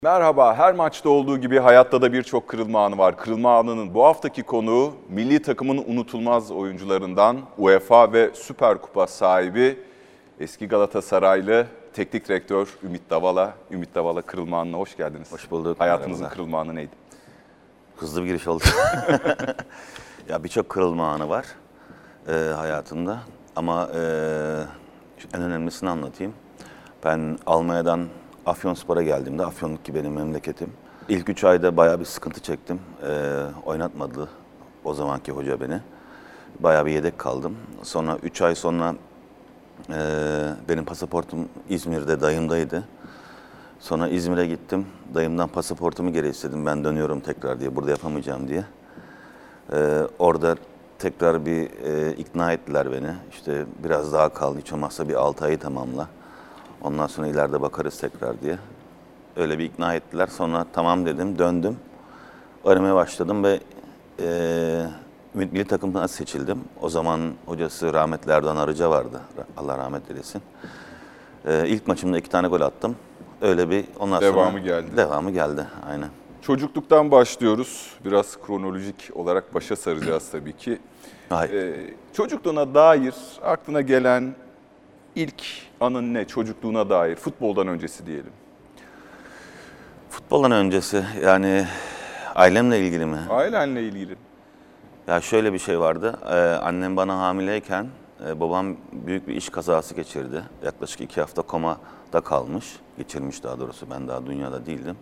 Merhaba, her maçta olduğu gibi hayatta da birçok kırılma anı var. Kırılma anının bu haftaki konuğu milli takımın unutulmaz oyuncularından UEFA ve Süper Kupa sahibi eski Galatasaraylı teknik direktör Ümit Davala. Ümit Davala, kırılma anına hoş geldiniz. Hoş bulduk. Hayatınızın Merhabalar. kırılma anı neydi? Hızlı bir giriş oldu. Ya birçok kırılma anı var hayatımda ama en önemlisini anlatayım. Ben Almanya'dan Afyonspor'a geldiğimde, Afyon ki benim memleketim. İlk 3 ayda bayağı bir sıkıntı çektim. Oynatmadı o zamanki hoca beni. Bayağı bir yedek kaldım. Sonra 3 ay sonra benim pasaportum İzmir'de, dayımdaydı. Sonra İzmir'e gittim. Dayımdan pasaportumu geri istedim. Ben dönüyorum tekrar diye, burada yapamayacağım diye. Orada tekrar bir ikna ettiler beni. İşte biraz daha kal, hiç olmazsa bir 6 ayı tamamla. Ondan sonra ileride bakarız tekrar diye. Öyle bir ikna ettiler. Sonra tamam dedim, döndüm. Aramaya başladım ve milli takımdan seçildim. O zaman hocası rahmetli Erdoğan Arıca vardı. Allah rahmet eylesin. İlk maçımda 2 tane gol attım. Öyle bir ondan Devamı sonra geldi. Devamı geldi, aynen. Çocukluktan başlıyoruz. Biraz kronolojik olarak başa saracağız tabii ki. Çocukluğuna dair aklına gelen ilk anın ne? Çocukluğuna dair, futboldan öncesi diyelim. Futboldan öncesi yani ailemle ilgili mi? Ailenle ilgili. Ya şöyle bir şey vardı. Annem bana hamileyken babam büyük bir iş kazası geçirdi. Yaklaşık 2 hafta komada kalmış. Geçirmiş daha doğrusu. Ben daha dünyada değildim.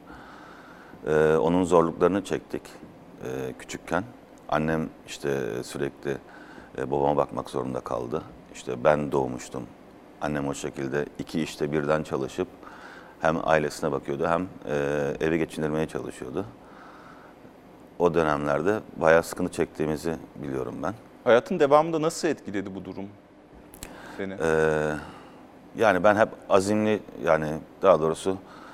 Onun zorluklarını çektik küçükken. Annem işte sürekli babama bakmak zorunda kaldı. İşte ben doğmuştum. Annem o şekilde 2 işte birden çalışıp hem ailesine bakıyordu hem evi geçindirmeye çalışıyordu. O dönemlerde bayağı sıkıntı çektiğimizi biliyorum ben. Hayatın devamında nasıl etkiledi bu durum seni? Yani ben hep azimli, yani daha doğrusu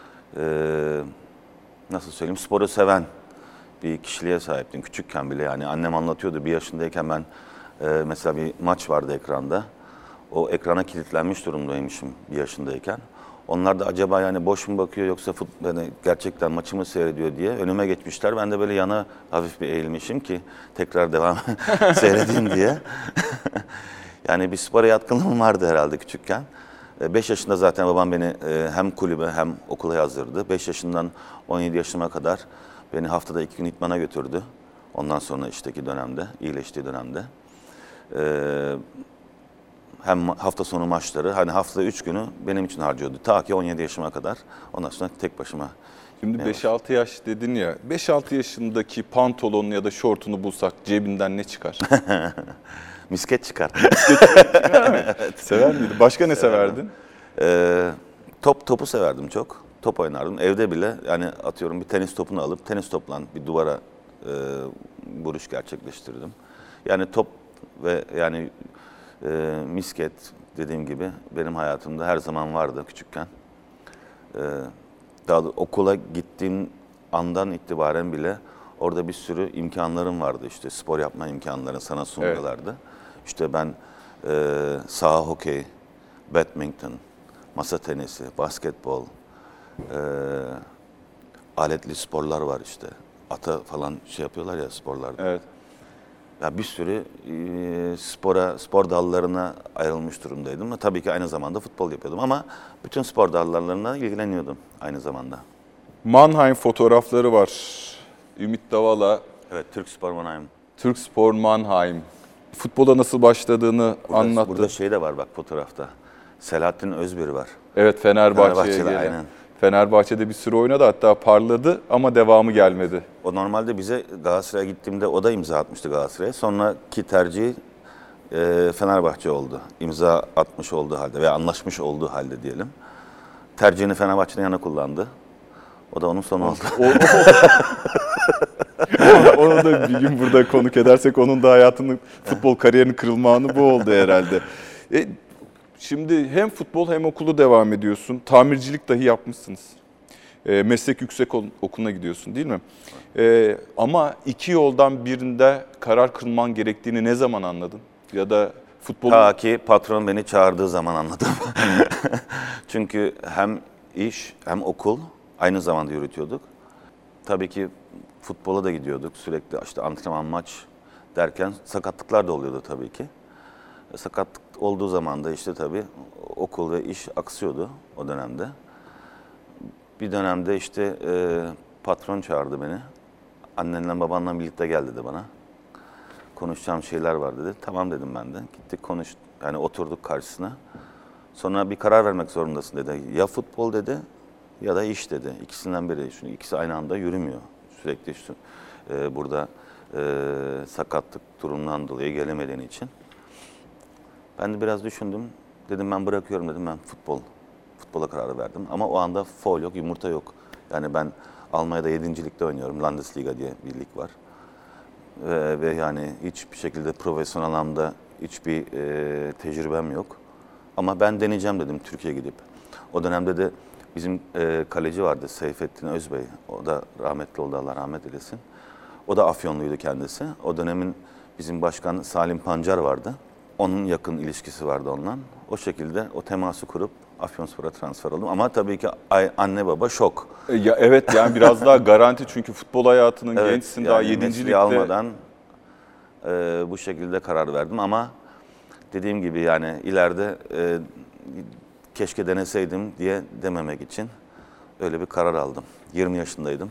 nasıl söyleyeyim, sporu seven bir kişiliğe sahiptim küçükken bile. Yani annem anlatıyordu, 1 yaşındayken ben mesela bir maç vardı ekranda. O ekrana kilitlenmiş durumdaymışım 1 yaşındayken. Onlar da acaba yani boş mu bakıyor yoksa yani gerçekten maçı mı seyrediyor diye önüme geçmişler. Ben de böyle yana hafif bir eğilmişim ki tekrar devam seyredeyim diye. Yani bir spora yatkınlığım vardı herhalde küçükken. 5 yaşında zaten babam beni hem kulübe hem okula yazdırdı. 5 yaşından 17 yaşıma kadar beni haftada 2 gün idmana götürdü. Ondan sonra işteki dönemde, iyileştiği dönemde. Hem hafta sonu maçları, hani haftada 3 günü benim için harcıyordu. Ta ki 17 yaşıma kadar. Ondan sonra tek başıma. Şimdi 5-6 yaş dedin ya, 5-6 yaşındaki pantolonunu ya da şortunu bulsak cebinden ne çıkar? Misket çıkar. Evet. Sever miydin? Başka ne severdin? Topu severdim çok. Top oynardım. Evde bile yani atıyorum bir tenis topunu alıp tenis topla bir duvara vuruş gerçekleştirdim. Yani top ve yani misket dediğim gibi benim hayatımda her zaman vardı küçükken. Daha doğrusu okula gittiğim andan itibaren bile orada bir sürü imkanlarım vardı. İşte spor yapma imkanları sana sunuyorlardı. Evet. İşte ben saha hokeyi, badminton, masa tenisi, basketbol, aletli sporlar var işte. Ata falan şey yapıyorlar ya sporlarda. Evet. Ya bir sürü spor dallarına ayrılmış durumdaydım. Ve tabii ki aynı zamanda futbol yapıyordum ama bütün spor dallarına ilgileniyordum aynı zamanda. Mannheim fotoğrafları var. Ümit Davala. Evet, Türkspor Mannheim. Türkspor Mannheim. Futbola nasıl başladığını anlattı. Burada şey de var bak fotoğrafta. Selahattin Özbir var. Evet, Fenerbahçe'ye gelen. Aynen. Fenerbahçe'de bir süre oynadı, hatta parladı ama devamı gelmedi. O normalde bize Galatasaray'a gittiğimde o da imza atmıştı Galatasaray'a. Sonraki tercihi Fenerbahçe oldu. İmza atmış olduğu halde veya anlaşmış olduğu halde diyelim. Tercihini Fenerbahçe'nin yana kullandı. O da onun sonu oldu. Onu da bir gün burada konuk edersek onun da hayatının, futbol kariyerinin kırılma anı bu oldu herhalde. Şimdi hem futbol hem okulu devam ediyorsun. Tamircilik dahi yapmışsınız. Meslek yüksek okuluna gidiyorsun değil mi? Ama 2 yoldan birinde karar kılman gerektiğini ne zaman anladın? Ya da futbol... Ta ki patron beni çağırdığı zaman anladım. Çünkü hem iş hem okul aynı zamanda yürütüyorduk. Tabii ki futbola da gidiyorduk. Sürekli işte antrenman, maç derken sakatlıklar da oluyordu tabii ki. Sakatlık olduğu zaman da işte tabii okul ve iş aksıyordu o dönemde. Bir dönemde işte patron çağırdı beni. Annenle babanla birlikte gel dedi bana. Konuşacağım şeyler var dedi. Tamam dedim ben de. Gittik yani oturduk karşısına. Sonra bir karar vermek zorundasın dedi. Ya futbol dedi ya da iş dedi. İkisinden biri. Çünkü ikisi aynı anda yürümüyor. Sürekli işte, burada sakatlık durumundan dolayı gelemediğin için. Ben de biraz düşündüm. Dedim ben bırakıyorum dedim. Ben futbola karar verdim. Ama o anda faul yok, yumurta yok. Yani ben Almanya'da 7. ligde oynuyorum. Landesliga diye bir lig var. Ve yani hiçbir şekilde profesyonel anlamda hiçbir tecrübem yok. Ama ben deneyeceğim dedim Türkiye'ye gidip. O dönemde de bizim kaleci vardı Seyfettin Özbey. O da rahmetli oldu, Allah rahmet eylesin. O da Afyonluydu kendisi. O dönemin bizim başkan Salim Pancar vardı. Onun yakın ilişkisi vardı onunla. O şekilde o teması kurup Afyonspor'a transfer oldum. Ama tabii ki anne baba şok. Ya evet, yani biraz daha garanti çünkü futbol hayatının Evet, gençsin, yani daha 7. mesleği ligde. almadan bu şekilde karar verdim ama dediğim gibi yani ileride keşke deneseydim diye dememek için öyle bir karar aldım. 20 yaşındaydım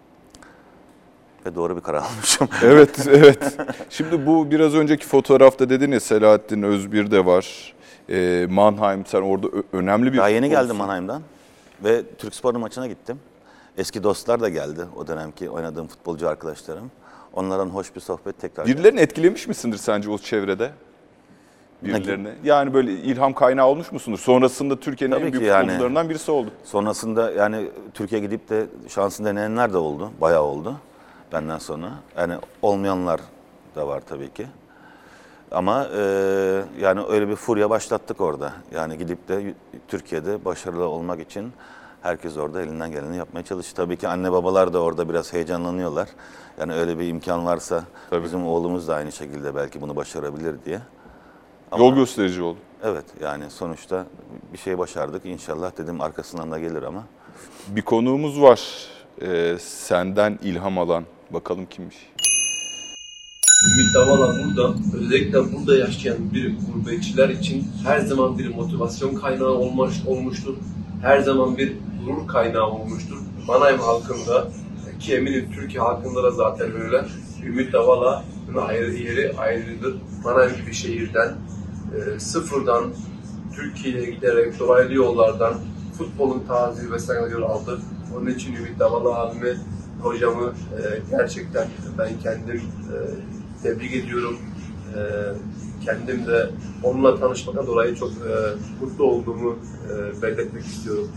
ve doğru bir karar almışım. Evet, evet. Şimdi bu biraz önceki fotoğrafta dedin ya, Selahattin Özbir de var. Mannheim, sen orada önemli bir Daha yeni futbolcusun. geldim Mannheim'dan ve Türkspor'un maçına gittim. Eski dostlar da geldi o dönemki oynadığım futbolcu arkadaşlarım. Onlardan hoş bir sohbet tekrar. Birilerini etkilemiş misindir sence o çevrede? Birilerini. Yani böyle ilham kaynağı olmuş musundur? Sonrasında Türkiye'nin Tabii en büyük ki yani. futbolcularından birisi oldu. Sonrasında yani Türkiye'ye gidip de şansını deneyenler de oldu. Bayağı oldu benden sonra. Yani olmayanlar da var tabii ki. Ama yani öyle bir furya başlattık orada. Yani gidip de Türkiye'de başarılı olmak için herkes orada elinden geleni yapmaya çalıştı. Tabii ki anne babalar da orada biraz heyecanlanıyorlar. Yani öyle bir imkan varsa Tabii. bizim oğlumuz da aynı şekilde belki bunu başarabilir diye. Ama Yol gösterici oldu. evet yani sonuçta bir şey başardık. İnşallah dedim arkasından da gelir ama. Bir konuğumuz var. Senden ilham alan. Bakalım kimmiş? Ümit Davala burada, özellikle burada yaşayan bir gurbetçiler için her zaman bir motivasyon kaynağı olmuştur. Her zaman bir gurur kaynağı olmuştur. Mannheim halkında ki eminim Türkiye halkında da zaten öyle. Ümit Davala'nın yeri ayrıdır. Mannheim gibi şehirden sıfırdan Türkiye'ye giderek dolaylı yollardan futbolun ta zirvesine kadar aldı. Onun için Ümit Davala abimi, hocamı gerçekten ben kendim tebrik ediyorum. Kendim de onunla tanışmaktan dolayı çok mutlu olduğumu belirtmek istiyorum.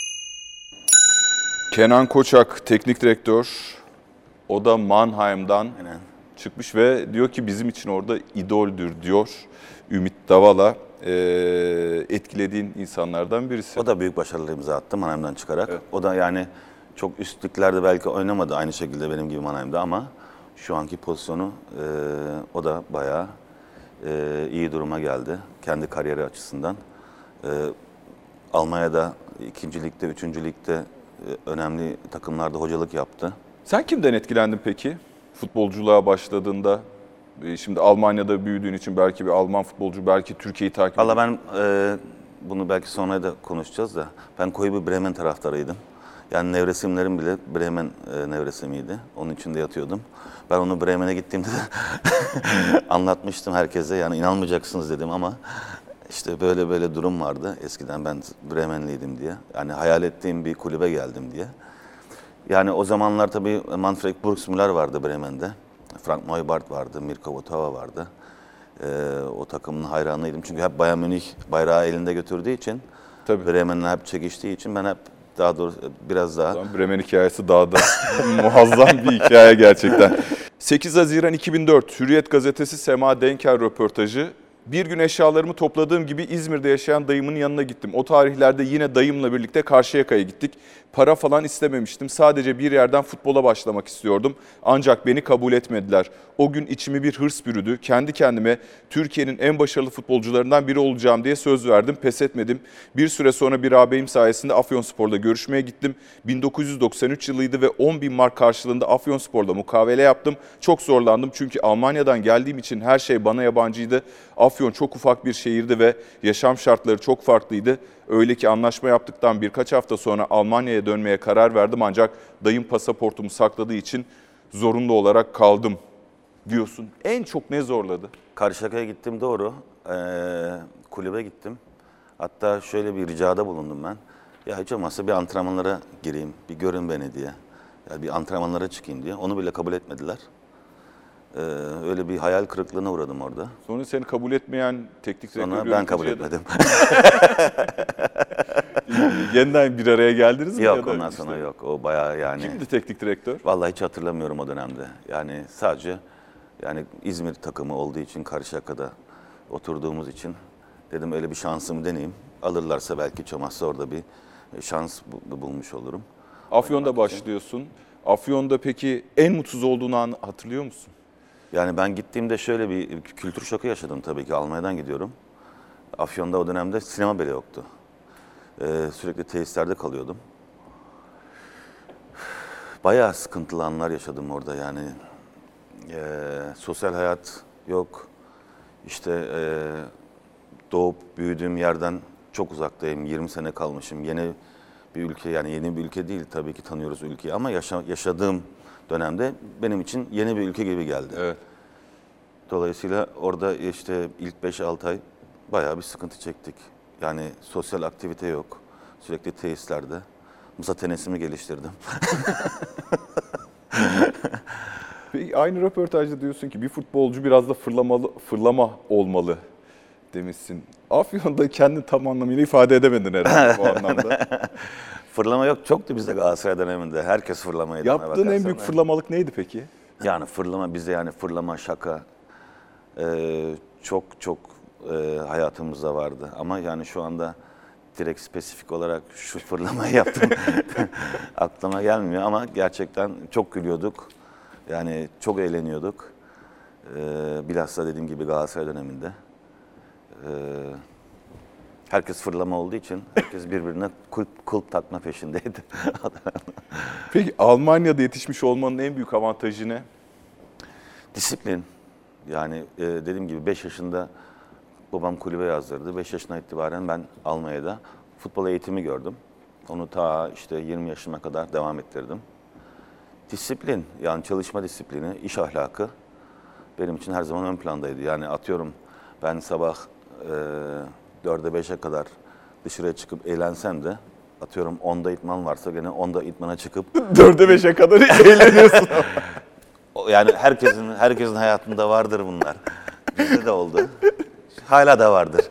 Kenan Koçak, teknik direktör. O da Mannheim'dan Aynen. çıkmış ve diyor ki bizim için orada idoldür diyor. Ümit Davala etkilediğin insanlardan birisi. O da büyük başarılı imza attı Mannheim'dan çıkarak. Evet. O da yani çok üstlüklerde belki oynamadı aynı şekilde benim gibi Mannheim'da ama şu anki pozisyonu o da bayağı iyi duruma geldi. Kendi kariyeri açısından. Almanya'da 2. ligde, 3. ligde önemli takımlarda hocalık yaptı. Sen kimden etkilendin peki? Futbolculuğa başladığında, şimdi Almanya'da büyüdüğün için belki bir Alman futbolcu, belki Türkiye'yi takip Valla ben bunu belki sonra da konuşacağız da ben koyu bir Bremen taraftarıydım. Yani nevresimlerim bile Bremen nevresimiydi. Onun içinde yatıyordum. Ben onu Bremen'e gittiğimde de anlatmıştım herkese. Yani inanmayacaksınız dedim ama işte böyle böyle durum vardı. Eskiden ben Bremenliydim diye. Yani hayal ettiğim bir kulübe geldim diye. Yani o zamanlar tabii Manfred Burgsmüller vardı Bremen'de. Frank Neubart vardı, Mirko Votava vardı. O takımın hayranıydım. Çünkü hep Bayern Münih bayrağı elinde götürdüğü için, Tabii. Bremen'le hep çekiştiği için ben hep daha doğrusu biraz daha... Bremen hikayesi daha da muazzam bir hikaye gerçekten. 8 Haziran 2004 Hürriyet Gazetesi Sema Denker röportajı. Bir gün eşyalarımı topladığım gibi İzmir'de yaşayan dayımın yanına gittim. O tarihlerde yine dayımla birlikte Karşıyaka'ya gittik. Para falan istememiştim. Sadece bir yerden futbola başlamak istiyordum. Ancak beni kabul etmediler. O gün içimi bir hırs bürüdü. Kendi kendime Türkiye'nin en başarılı futbolcularından biri olacağım diye söz verdim. Pes etmedim. Bir süre sonra bir ağabeyim sayesinde Afyonspor'da görüşmeye gittim. 1993 yılıydı ve 10.000 mark karşılığında Afyonspor'da mukavele yaptım. Çok zorlandım çünkü Almanya'dan geldiğim için her şey bana yabancıydı. Afyon çok ufak bir şehirdi ve yaşam şartları çok farklıydı. Öyle ki anlaşma yaptıktan birkaç hafta sonra Almanya'ya dönmeye karar verdim ancak dayım pasaportumu sakladığı için zorunlu olarak kaldım diyorsun. En çok ne zorladı? Karşıyaka'ya gittim doğru. Kulübe gittim. Hatta şöyle bir ricada bulundum ben. Ya hiç olmazsa bir antrenmanlara gireyim, bir görün beni diye. Ya bir antrenmanlara çıkayım diye. Onu bile kabul etmediler. Öyle bir hayal kırıklığına uğradım orada. Sonra seni kabul etmeyen teknik direktör Sonra ben kabul etmedim. Yeniden bir araya geldiniz mi? Yok ya da ondan işte? sonra yok. O bayağı yani. Kimdi teknik direktör? Vallahi hiç hatırlamıyorum o dönemde. Yani sadece yani İzmir takımı olduğu için Karşıyaka'da oturduğumuz için dedim öyle bir şansımı deneyeyim. Alırlarsa belki hiç olmazsa orada bir şans bulmuş olurum. Afyon'da başlıyorsun. Afyon'da peki en mutsuz olduğun an hatırlıyor musun? Yani ben gittiğimde şöyle bir kültür şoku yaşadım tabii ki. Almanya'dan gidiyorum. Afyon'da o dönemde sinema bile yoktu. Sürekli tesislerde kalıyordum. Bayağı sıkıntılı anlar yaşadım orada yani. Sosyal hayat yok. İşte doğup büyüdüğüm yerden çok uzaktayım. 20 sene kalmışım. Yeni bir ülke, yani yeni bir ülke değil tabii ki, tanıyoruz ülkeyi ama yaşadığım dönemde benim için yeni bir ülke gibi geldi. Evet. Dolayısıyla orada işte ilk 5-6 ay bayağı bir sıkıntı çektik. Yani sosyal aktivite yok. Sürekli tesislerde. Masa tenisimi geliştirdim. Peki aynı röportajda diyorsun ki bir futbolcu biraz da fırlama olmalı demişsin. Afyon'da kendini tam anlamıyla ifade edemedin herhalde bu anlamda. Fırlama yok. Çoktu bizde Galatasaray döneminde. Herkes fırlamaydı. Yaptığın en büyük fırlamalık neydi peki? Yani fırlama, bizde yani fırlama, şaka çok hayatımızda vardı. Ama yani şu anda direkt spesifik olarak şu fırlamayı yaptım aklıma gelmiyor ama gerçekten çok gülüyorduk. Yani çok eğleniyorduk. Bilhassa dediğim gibi Galatasaray döneminde. Herkes fırlama olduğu için herkes birbirine kulp takma peşindeydi. Peki Almanya'da yetişmiş olmanın en büyük avantajı ne? Disiplin. Yani dediğim gibi 5 yaşında babam kulübe yazdırdı. 5 yaşına itibaren ben Almanya'da futbol eğitimi gördüm. Onu ta işte 20 yaşıma kadar devam ettirdim. Disiplin, yani çalışma disiplini, iş ahlakı benim için her zaman ön plandaydı. Yani atıyorum ben sabah 4'e 5'e kadar dışarıya çıkıp eğlensem de atıyorum 10'da idman varsa gene 10'da idmana çıkıp 4'e 5'e kadar eğleniyorsun. yani herkesin hayatında vardır bunlar. Bizde de oldu. Hala da vardır.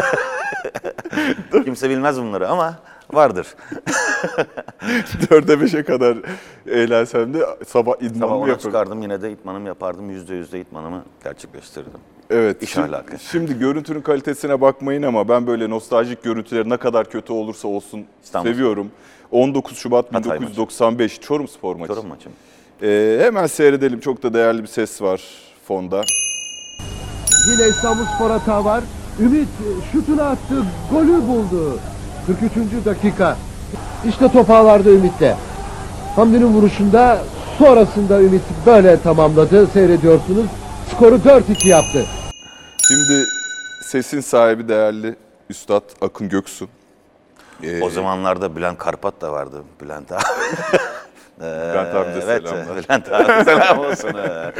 Kimse bilmez bunları ama vardır. 4'e 5'e kadar eğlensem de sabah Sabah idmanımı ona yaparım. çıkardım, yine de idmanımı yapardım. %100 de idmanımı gerçekleştirdim. Evet. İş ahlakı. Şimdi görüntünün kalitesine bakmayın ama ben böyle nostaljik görüntüleri ne kadar kötü olursa olsun İstanbul. seviyorum. 19 Şubat Hatay 1995 Çorumspor maçı. Çorum maçım. Hemen seyredelim. Çok da değerli bir ses var fonda. Yine İstanbulspor hata var. Ümit şutunu attı, golü buldu. 43. dakika. İşte top ağlarda Ümit'te. Hamdi'nin vuruşunda sonrasında Ümit böyle tamamladı. Seyrediyorsunuz. Skoru 4-2 yaptı. Şimdi sesin sahibi değerli Üstad Akın Göksu. O zamanlarda Bülent Karpat da vardı. Bülent abi. Bülent abi de Evet, selamlar. Bülent abi selam olsun.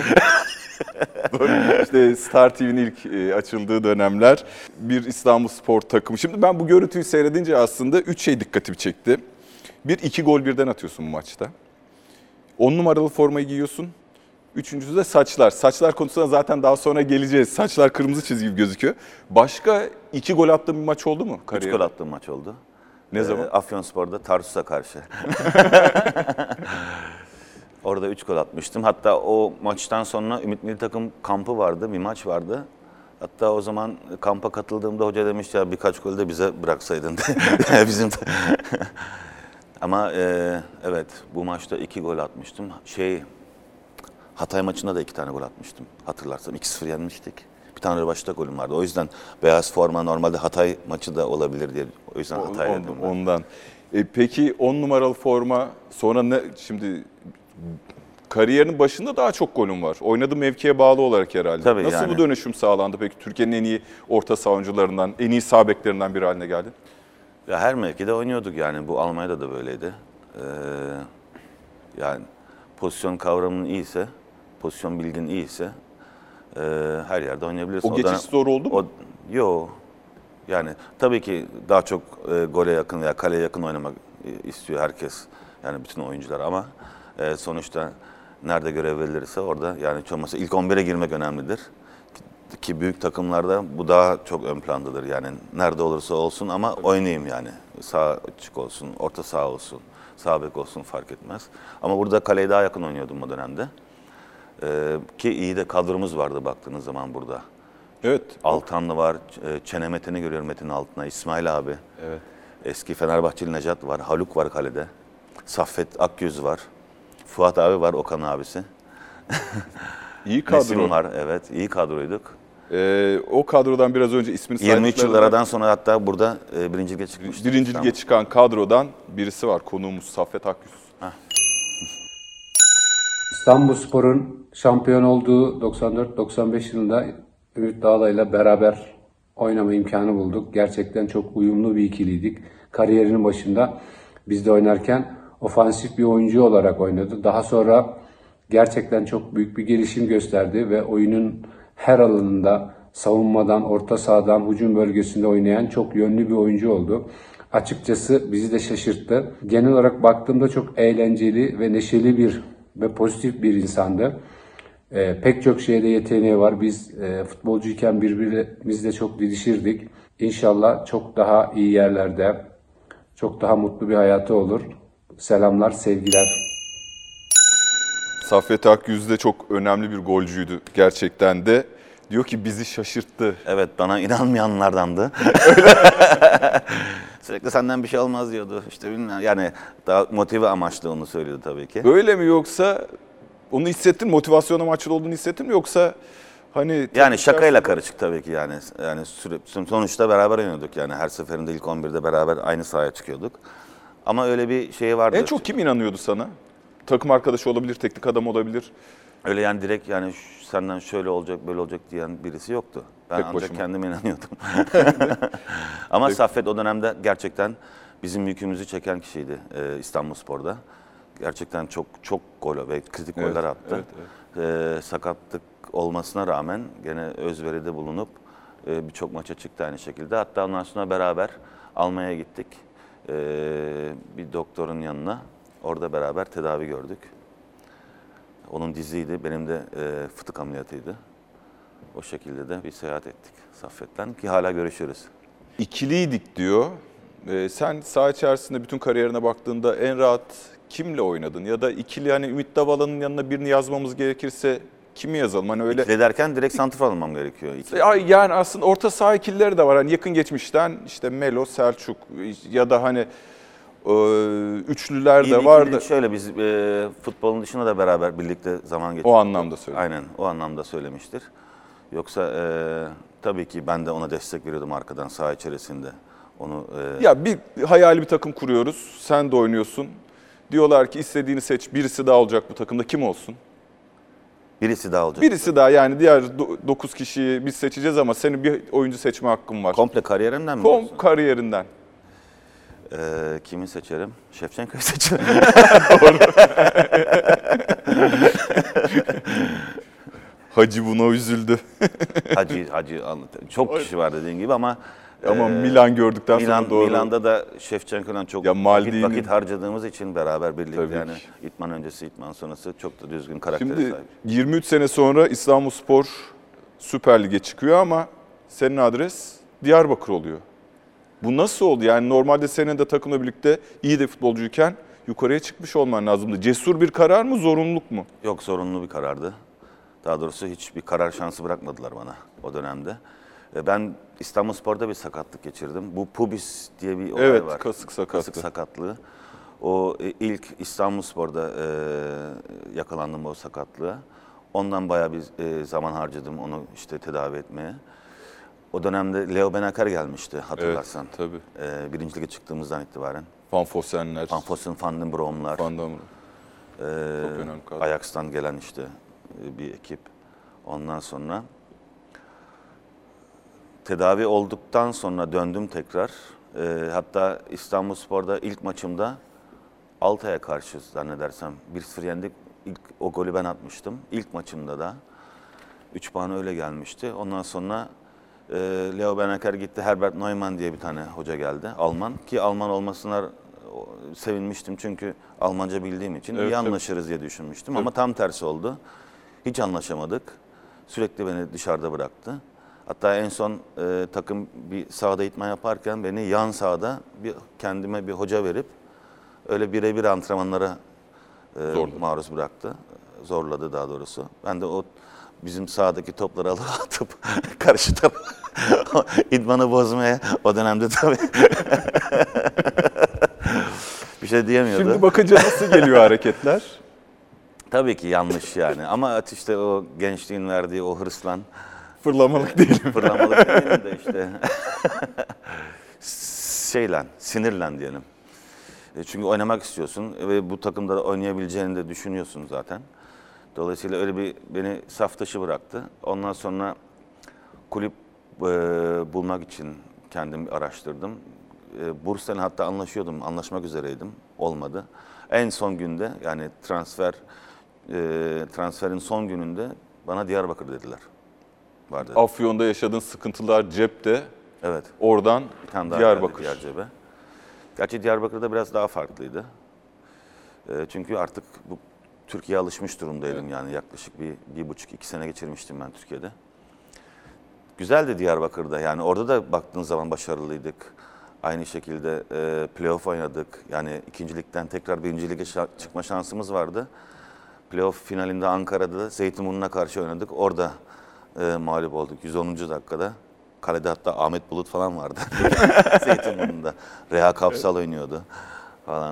İşte Star TV'nin ilk açıldığı dönemler bir İstanbulspor takımı. Şimdi ben bu görüntüyü seyredince aslında 3 şey dikkatimi çekti. Bir, 2 gol birden atıyorsun bu maçta. 10 numaralı formayı giyiyorsun. Üçüncüsü de saçlar. Saçlar konusuna zaten daha sonra geleceğiz. Saçlar kırmızı çizgi gibi gözüküyor. Başka 2 gol attığın bir maç oldu mu 3 kariyerinde? gol attığım maç oldu. Ne zaman? Afyonspor'da Tarsus'a karşı. Orada 3 gol atmıştım. Hatta o maçtan sonra Ümit Milli Takım kampı vardı, bir maç vardı. Hatta o zaman kampa katıldığımda hoca demiş ya birkaç golü de bize bıraksaydın. Bizim Ama evet bu maçta 2 gol atmıştım. Hatay maçında da 2 tane gol atmıştım. Hatırlarsam 2-0 yenmiştik. Bir tane başta golüm vardı. O yüzden beyaz forma normalde Hatay maçı da olabilir diye. O yüzden Hatay dedim. Ondan. Peki 10 numaralı forma sonra şimdi kariyerinin başında daha çok golün var. Oynadığı mevkiye bağlı olarak herhalde. Tabii Nasıl yani. bu dönüşüm sağlandı peki? Türkiye'nin en iyi orta saha oyuncularından, en iyi sağ beklerinden biri haline geldin. Ya her mevkide oynuyorduk yani. Bu Almanya'da da böyleydi. Yani pozisyon kavramın iyiyse, pozisyon bilgin iyiyse her yerde oynayabilirsin. O geçiş zor oldu mu? Yok. Yani tabii ki daha çok gole yakın veya kaleye yakın oynamak istiyor herkes. Yani bütün oyuncular ama sonuçta nerede görev verilirse orada yani hiç olmazsa ilk 11'e girmek önemlidir. Ki büyük takımlarda bu daha çok ön plandadır. Yani nerede olursa olsun ama oynayayım yani. Sağ açık olsun, orta saha olsun, sağ bek olsun fark etmez. Ama burada kaleye daha yakın oynuyordum o dönemde. Ki iyi de kadromuz vardı baktığınız zaman burada. Evet. Altanlı var, Çene Metin'i görüyorum Metin'in altına, İsmail abi. Evet. Eski Fenerbahçeli Necat var, Haluk var kalede. Saffet Akgöz var. Fuat abi var, Okan abisi. İyi kadro. Nesim var, evet. İyi kadroyduk. O kadrodan biraz önce ismini 23 yıllardan sonra hatta burada birinci lige çıkmıştık. Birinci lige çıkan kadrodan birisi var. Konuğumuz Saffet Akgüz. İstanbulspor'un şampiyon olduğu 94-95 yılında Ümit Dağlay'la beraber oynama imkanı bulduk. Gerçekten çok uyumlu bir ikiliydik. Kariyerinin başında biz de oynarken ofansif bir oyuncu olarak oynadı. Daha sonra gerçekten çok büyük bir gelişim gösterdi ve oyunun her alanında savunmadan, orta sahadan, hücum bölgesinde oynayan çok yönlü bir oyuncu oldu. Açıkçası bizi de şaşırttı. Genel olarak baktığımda çok eğlenceli ve neşeli ve pozitif bir insandı. Pek çok şeyde yeteneği var. Biz futbolcuyken birbirimizle çok didişirdik. İnşallah çok daha iyi yerlerde, çok daha mutlu bir hayatı olur. Selamlar, sevgiler. Saffet Akgüz de çok önemli bir golcüydü gerçekten de. Diyor ki bizi şaşırttı. Evet, bana inanmayanlardandı. Sürekli senden bir şey olmaz diyordu. İşte bilmiyorum. Yani daha motive amaçlı onu söylüyordu tabii ki. Öyle mi yoksa onu hissettin, motivasyon amaçlı olduğunu hissettin mi yoksa hani Yani şakayla karışık tabii ki yani. Yani sonuçta beraber oynuyorduk yani her seferinde ilk 11'de beraber aynı sahaya çıkıyorduk. Ama öyle bir şey vardı. En çok kim inanıyordu sana? Takım arkadaşı olabilir, teknik adam olabilir. Öyle yani direkt yani senden şöyle olacak böyle olacak diyen birisi yoktu. Ben Tek ancak başıma. kendime inanıyordum. Ama Saffet o dönemde gerçekten bizim yükümüzü çeken kişiydi İstanbulspor'da. Gerçekten çok gol ve kritik goller attı. Sakatlık olmasına rağmen gene özveride bulunup birçok maça çıktı aynı şekilde. Hatta ondan sonra beraber Almanya'ya gittik. Bir doktorun yanına. Orada beraber tedavi gördük. Onun diziydi, benim de fıtık ameliyatıydı. O şekilde de bir seyahat ettik Saffet'ten ki hala görüşürüz. İkiliydik diyor. Sen saha içerisinde bütün kariyerine baktığında en rahat kimle oynadın? Ya da ikili hani Ümit Davala'nın yanına birini yazmamız gerekirse kimi yazalım? Hani öyle. İkili derken direkt santrfor almam gerekiyor. Yani aslında orta saha ikilileri de var. Hani yakın geçmişten işte Melo, Selçuk ya da hani üçlüler de vardı. Şöyle biz futbolun dışında da beraber birlikte zaman geçirdik. O anlamda söylüyorum. Aynen o anlamda söylemiştir. Yoksa tabii ki ben de ona destek veriyordum arkadan saha içerisinde. Onu Ya bir hayali bir takım kuruyoruz. Sen de oynuyorsun. Diyorlar ki istediğini seç. Birisi daha olacak bu takımda. Kim olsun? birisi daha olacak. Birisi daha yani diğer 9 kişiyi biz seçeceğiz ama senin bir oyuncu seçme hakkın var. Komple kariyerinden mi? diyorsun? Kariyerinden. Kimi seçerim? Şevçenko'yu seçerim. Hacı buna üzüldü. Hacı anlat. Çok kişi var dediğin gibi ama Milan gördükten sonra doğru. Milan'da da Şevçenko'dan çok Ya Maldini'nin- vakit harcadığımız için beraber birlikte Tabii yani ki. idman öncesi, idman sonrası çok da düzgün karaktere Şimdi sahip. 23 sene sonra İstanbulspor Süper Lig'e çıkıyor ama senin adres Diyarbakır oluyor. Bu nasıl oldu? Yani normalde senin de takımla birlikte iyi de futbolcuyken yukarıya çıkmış olman lazımdı. Cesur bir karar mı, zorunluluk mu? Yok, zorunlu bir karardı. Daha doğrusu hiçbir karar şansı bırakmadılar bana o dönemde. Ben İstanbulspor'da bir sakatlık geçirdim. Bu pubis diye bir olay Evet, var. kasık sakatlığı. Kasık sakatlığı. O ilk İstanbulspor'da yakalandım o sakatlığa. Ondan bayağı bir zaman harcadım onu işte tedavi etmeye. O dönemde Leo Benaker gelmişti hatırlarsan. Evet, tabii. Birinci lige çıktığımızdan itibaren. Van Fossenler, Van Fossen, Van den Broom'lar, Van Damme. Çok önemli kadro. Ajax'tan gelen işte bir ekip. Ondan sonra tedavi olduktan sonra döndüm tekrar. Hatta İstanbulspor'da ilk maçımda Altay'a karşı zannedersem 1-0 yendik. İlk o golü ben atmıştım. İlk maçımda da 3 puan öyle gelmişti. Ondan sonra Leo Benaker gitti. Herbert Neumann diye bir tane hoca geldi. Alman. Ki Alman olmasına sevinmiştim çünkü Almanca bildiğim için Evet, iyi anlaşırız diye düşünmüştüm. Ama tam tersi oldu. Hiç anlaşamadık. Sürekli beni dışarıda bıraktı. Hatta en son takım bir sahada idman yaparken beni yan sahada kendime bir hoca verip öyle birebir antrenmanlara maruz bıraktı. Zorladı daha doğrusu. Ben de o bizim sahadaki topları atıp karşı tarafa idmanı bozmaya o dönemde tabii bir şey diyemiyordu. Şimdi bakınca nasıl geliyor hareketler? Tabii ki yanlış yani ama işte o gençliğin verdiği o hırslan Fırlamalık değil. fırlamalık değil de işte sinirlen diyelim. Çünkü oynamak istiyorsun ve bu takımda oynayabileceğini de düşünüyorsun zaten. Dolayısıyla öyle beni saf dışı bıraktı. Ondan sonra kulüp bulmak için kendim araştırdım. Bursa'yla hatta anlaşmak üzereydim. Olmadı. En son günde yani transferin son gününde bana Diyarbakır dediler. Var dedi. Afyon'da yaşadığın sıkıntılar cepte. Evet. Oradan Bir tane daha Diyarbakır. geldi diğer cebe. Gerçi Diyarbakır'da biraz daha farklıydı. Çünkü artık bu Türkiye'ye alışmış durumdaydım yani yaklaşık 1,5-2 sene geçirmiştim ben Türkiye'de. Güzeldi Diyarbakır'da yani orada da baktığın zaman başarılıydık. Aynı şekilde playoff oynadık. Yani ikincilikten tekrar birinci lige çıkma şansımız vardı. Playoff finalinde Ankara'da Zeytinburnu'na karşı oynadık. Orada mağlup olduk 110. dakikada. Kalede hatta Ahmet Bulut falan vardı. Zeytinburnu'nda. Reha Kapsal oynuyordu falan.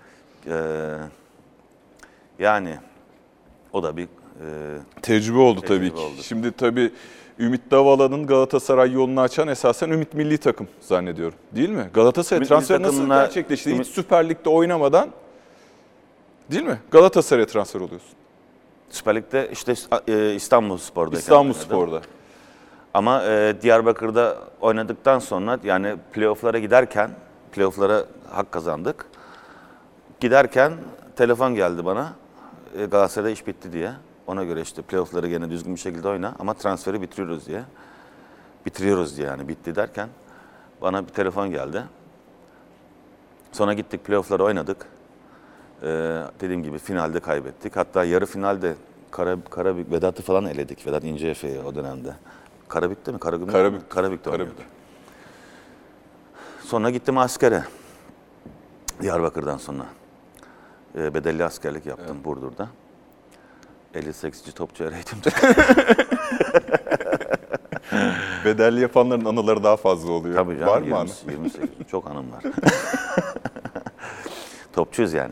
Yani o da bir Tecrübe oldu Tecrübe tabii ki. oldu. Şimdi tabii Ümit Davala'nın Galatasaray yolunu açan esasen Ümit Milli Takım zannediyorum. Değil mi? Galatasaray Ümit transferi Milli nasıl Takım'la- gerçekleşti? Ümit- Hiç Süper Lig'de oynamadan değil mi? Galatasaray'a transfer oluyorsun. Süper Lig'de işte İstanbulspor'dayken İstanbulspor'da. oynadım. Ama Diyarbakır'da oynadıktan sonra yani playoff'lara hak kazandık. Giderken telefon geldi bana. Galatasaray'da iş bitti diye. Ona göre işte playoff'ları gene düzgün bir şekilde oyna ama transferi bitiriyoruz diye. Bitiriyoruz diye yani bitti derken bana bir telefon geldi. Sonra gittik playoff'ları oynadık. Dediğim gibi finalde kaybettik. Hatta yarı finalde Karabük Vedat'ı falan eledik. Vedat İnceefe'yi o dönemde. Karabük'te mi? Karabük'te oynuyordu. Sonra gittim askere. Diyarbakır'dan sonra. Bedelli askerlik yaptım Burdur'da. 58. Topçu ereydim. Bedelli yapanların anıları daha fazla oluyor. Tabii canım, Var mı anı? 28. Çok anım var. Topçuyuz yani.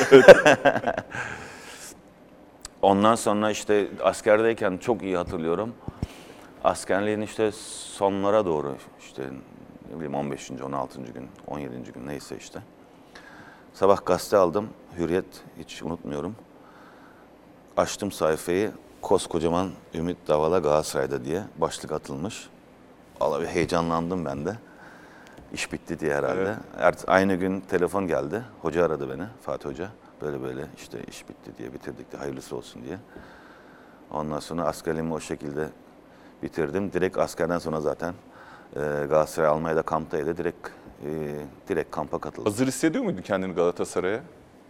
Ondan sonra işte askerdeyken çok iyi hatırlıyorum. Askerliğin işte sonlara doğru işte ne bileyim 15. 16. gün, 17. gün neyse işte. Sabah gazete aldım. Hürriyet hiç unutmuyorum. Açtım sayfayı. Koskocaman Ümit Davala Galatasaray'da diye başlık atılmış. Vallahi bir heyecanlandım ben de. İş bitti diye herhalde. Aynı gün telefon geldi. Hoca aradı beni, Fatih Hoca. Böyle böyle işte iş bitti diye bitirdik de hayırlısı olsun diye. Ondan sonra askerliğimi o şekilde bitirdim. Direkt askerden sonra zaten Galatasaray Almanya'da kamptaydı. Direkt kampa katıldım. Hazır hissediyor muydun kendini Galatasaray'a?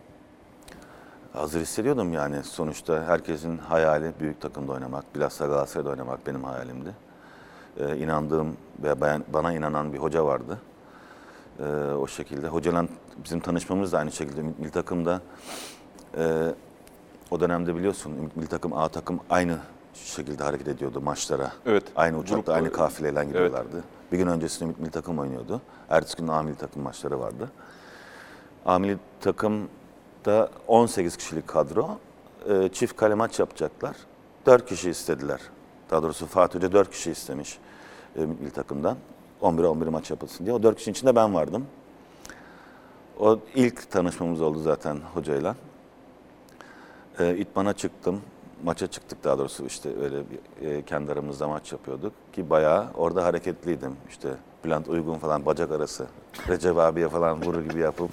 Hazır hissediyordum yani. Sonuçta herkesin hayali büyük takımda oynamak. Bilhassa Galatasaray'da oynamak benim hayalimdi. İnandığım ve bana inanan bir hoca vardı. O şekilde. Hocayla bizim tanışmamız da aynı şekilde. Ümit Milli Takım'da o dönemde biliyorsun Ümit Milli Takım A takım aynı şekilde hareket ediyordu maçlara. Evet. Aynı uçakta, Grupla- aynı kafileyle gidiyorlardı. Bir gün öncesinde Ümit milli takım oynuyordu. Ertesi gün A milli takım maçları vardı. A milli takımda 18 kişilik kadro. Çift kale maç yapacaklar. 4 kişi istediler. Daha doğrusu Fatih Hoca 4 kişi istemiş milli takımdan. 11'e 11 maç yapılsın diye. O 4 kişinin içinde ben vardım. O ilk tanışmamız oldu zaten hocayla. İtman'a çıktım. Maça çıktık daha doğrusu işte öyle bir, kendi aramızda maç yapıyorduk. Ki bayağı orada hareketliydim. İşte Bülent Uygun falan bacak arası. Recep abiye falan vurur gibi yapıp.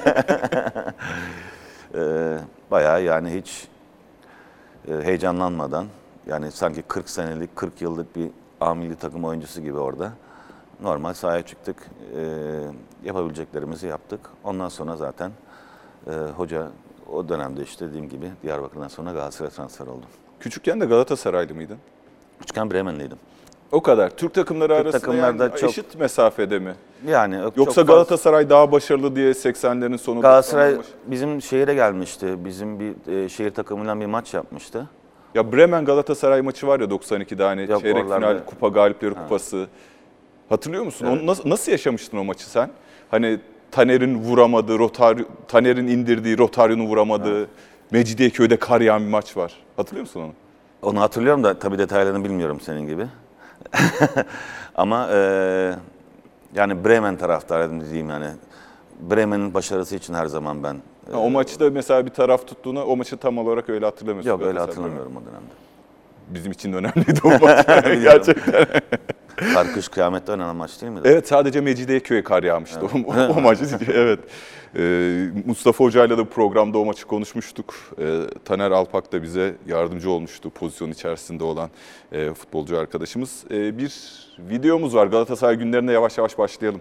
Bayağı yani hiç heyecanlanmadan yani sanki 40 senelik 40 yıllık bir A milli takım oyuncusu gibi orada normal sahaya çıktık. Yapabileceklerimizi yaptık. Ondan sonra zaten hoca o dönemde işte dediğim gibi Diyarbakır'dan sonra Galatasaray'a transfer oldum. Küçükken de Galatasaraylı mıydın? Küçükken Bremenliydim. O kadar. Türk takımları Türk arasında takımlarda yani çok- eşit mesafede mi? Yani Yoksa çok fazla- Galatasaray daha başarılı diye 80'lerin sonu Galatasaray 90'ların başı- bizim şehire gelmişti. Bizim bir şehir takımıyla bir maç yapmıştı. Ya Bremen Galatasaray maçı var ya 92'de hani Yok, çeyrek oralarda- final kupa galipleri kupası. Hatırlıyor musun? Evet. Onu nasıl yaşamıştın o maçı sen? Hani Taner'in vuramadığı, Taner'in indirdiği, Rotario'nun vuramadığı, Mecidiyeköy'de kar yağan bir maç var. Hatırlıyor musun onu? Onu hatırlıyorum da tabii detaylarını bilmiyorum senin gibi. Ama yani Bremen taraftarıydım diyeyim yani. Bremen'in başarısı için her zaman ben... Ha, o maçta mesela bir taraf tuttuğunu o maçı tam olarak öyle hatırlamıyorsun. Yok öyle Galatasaray, hatırlamıyorum o dönemde. Bizim için de önemliydi o maç. Gerçekten. Kar kış kıyamette oynanan maç değil miydi? Evet, sadece Mecidiyeköy'e kar yağmıştı o maç. Evet. Mustafa Hoca'yla da programda o maçı konuşmuştuk. Taner Alpak da bize yardımcı olmuştu pozisyon içerisinde olan futbolcu arkadaşımız. Bir videomuz var. Galatasaray günlerine yavaş yavaş başlayalım.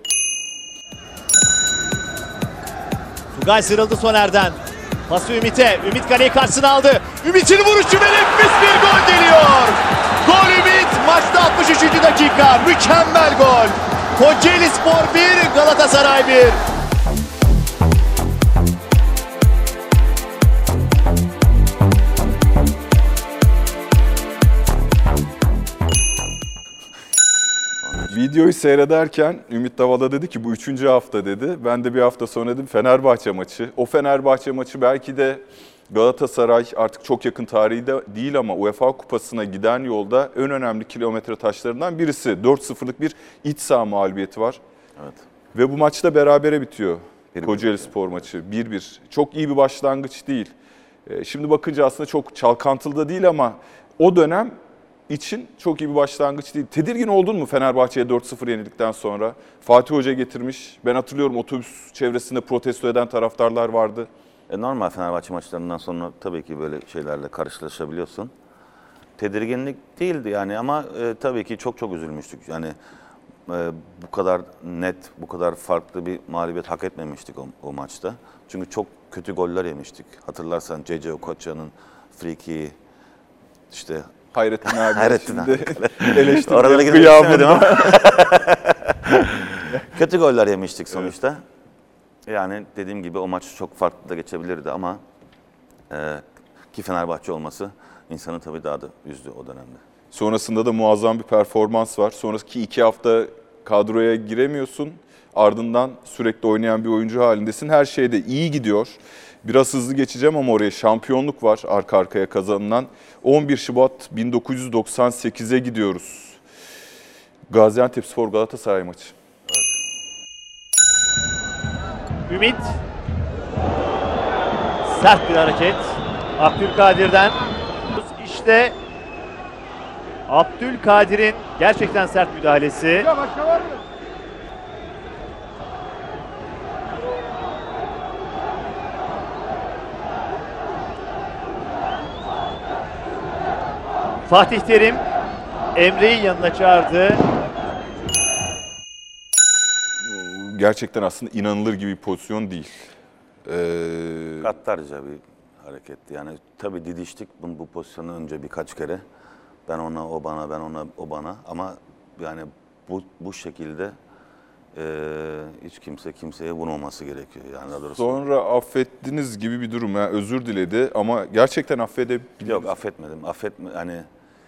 Tugay sıyrıldı Soner'den. Pası Ümit'e. Ümit kaleyi karşısına aldı. Ümit'in vuruşu ve nefis bir gol geliyor. Gol Ümit. Maçta 63. dakika. Mükemmel gol. Kocaelispor 1, Galatasaray 1. Videoyu seyrederken Ümit Davala dedi ki bu 3. hafta dedi. Ben de bir hafta sonra dedim Fenerbahçe maçı. O Fenerbahçe maçı belki de Galatasaray artık çok yakın tarihi de değil ama UEFA Kupası'na giden yolda en önemli kilometre taşlarından birisi. 4-0'lık bir iç saha mağlubiyeti var. Evet. Ve bu maçta berabere bitiyor. 1-1 Kocaelispor maçı 1-1. Çok iyi bir başlangıç değil. Şimdi bakınca aslında çok çalkantılı da değil ama o dönem için çok iyi bir başlangıç değil. Tedirgin oldun mu Fenerbahçe'ye 4-0 yenildikten sonra? Fatih Hoca getirmiş. Ben hatırlıyorum otobüs çevresinde protesto eden taraftarlar vardı. Normal Fenerbahçe maçlarından sonra tabii ki böyle şeylerle karşılaşabiliyorsun. Tedirginlik değildi yani ama tabii ki çok üzülmüştük. Yani bu kadar net, bu kadar farklı bir mağlubiyet hak etmemiştik o maçta. Çünkü çok kötü goller yemiştik. Hatırlarsan C.C. Okoça'nın free kick'i, işte Hayrettin abi Hayrettin şimdi abi. eleştirdi. Oralara girmek istemedim ama. Kötü goller yemiştik sonuçta. Yani dediğim gibi o maç çok farklı da geçebilirdi ama ki Fenerbahçe olması insanı tabii daha da üzdü o dönemde. Sonrasında da muazzam bir performans var. Sonraki 2 hafta kadroya giremiyorsun. Ardından sürekli oynayan bir oyuncu halindesin. Her şey de iyi gidiyor. Biraz hızlı geçeceğim ama oraya şampiyonluk var arka arkaya kazanılan. 11 Şubat 1998'e gidiyoruz. Gaziantepspor Galatasaray maçı. Ümit. Sert bir hareket. Abdülkadir'den. İşte Abdülkadir'in gerçekten sert müdahalesi. Fatih Terim Emre'yi yanına çağırdı. Gerçekten aslında inanılır gibi bir pozisyon değil. Gaddarca bir hareketti. Yani tabii didiştik bu pozisyonu önce birkaç kere. Ben ona, o bana, ben ona, o bana. Ama yani bu şekilde hiç kimse kimseye vurmaması gerekiyor. Yani daha doğrusu. Sonra affettiniz gibi bir durum. Yani özür diledi ama gerçekten affedebiliriz. Yok affetmedim. Hani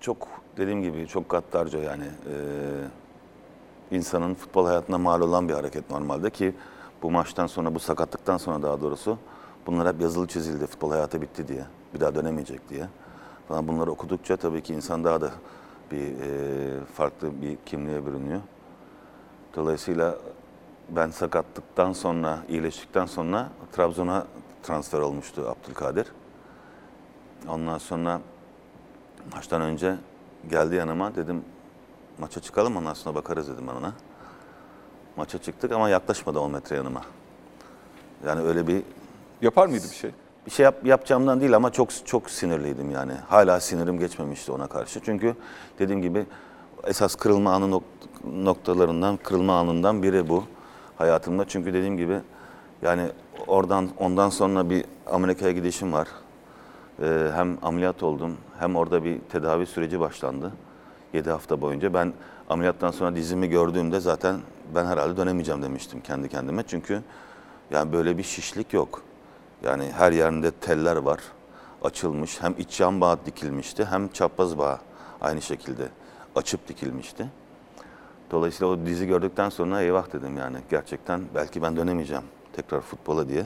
çok dediğim gibi çok gaddarca yani insanın futbol hayatına mal olan bir hareket normalde ki bu maçtan sonra, bu sakatlıktan sonra daha doğrusu bunlar hep yazılı çizildi. Futbol hayatı bitti diye, bir daha dönemeyecek diye. Falan bunları okudukça tabii ki insan daha da bir farklı bir kimliğe bürünüyor. Dolayısıyla ben sakatlıktan sonra, iyileştikten sonra Trabzon'a transfer olmuştu Abdülkadir. Ondan sonra maçtan önce geldi yanıma, dedim maça çıkalım ondan sonra bakarız dedim ben ona. Maça çıktık ama yaklaşmadı 10 metre yanıma. Yani öyle bir Yapar mıydı bir şey? yapacağımdan değil ama çok sinirliydim yani. Hala sinirim geçmemişti ona karşı. Çünkü dediğim gibi esas kırılma anı kırılma anından biri bu hayatımda. Çünkü dediğim gibi yani ondan sonra bir Amerika'ya gidişim var. Hem ameliyat oldum hem orada bir tedavi süreci başlandı. 7 hafta boyunca. Ben ameliyattan sonra dizimi gördüğümde zaten ben herhalde dönemeyeceğim demiştim kendi kendime. Çünkü yani böyle bir şişlik yok. Yani her yerinde teller var, açılmış. Hem iç yan bağ dikilmişti hem çapraz bağ aynı şekilde açıp dikilmişti. Dolayısıyla o dizi gördükten sonra eyvah dedim yani gerçekten belki ben dönemeyeceğim tekrar futbola diye.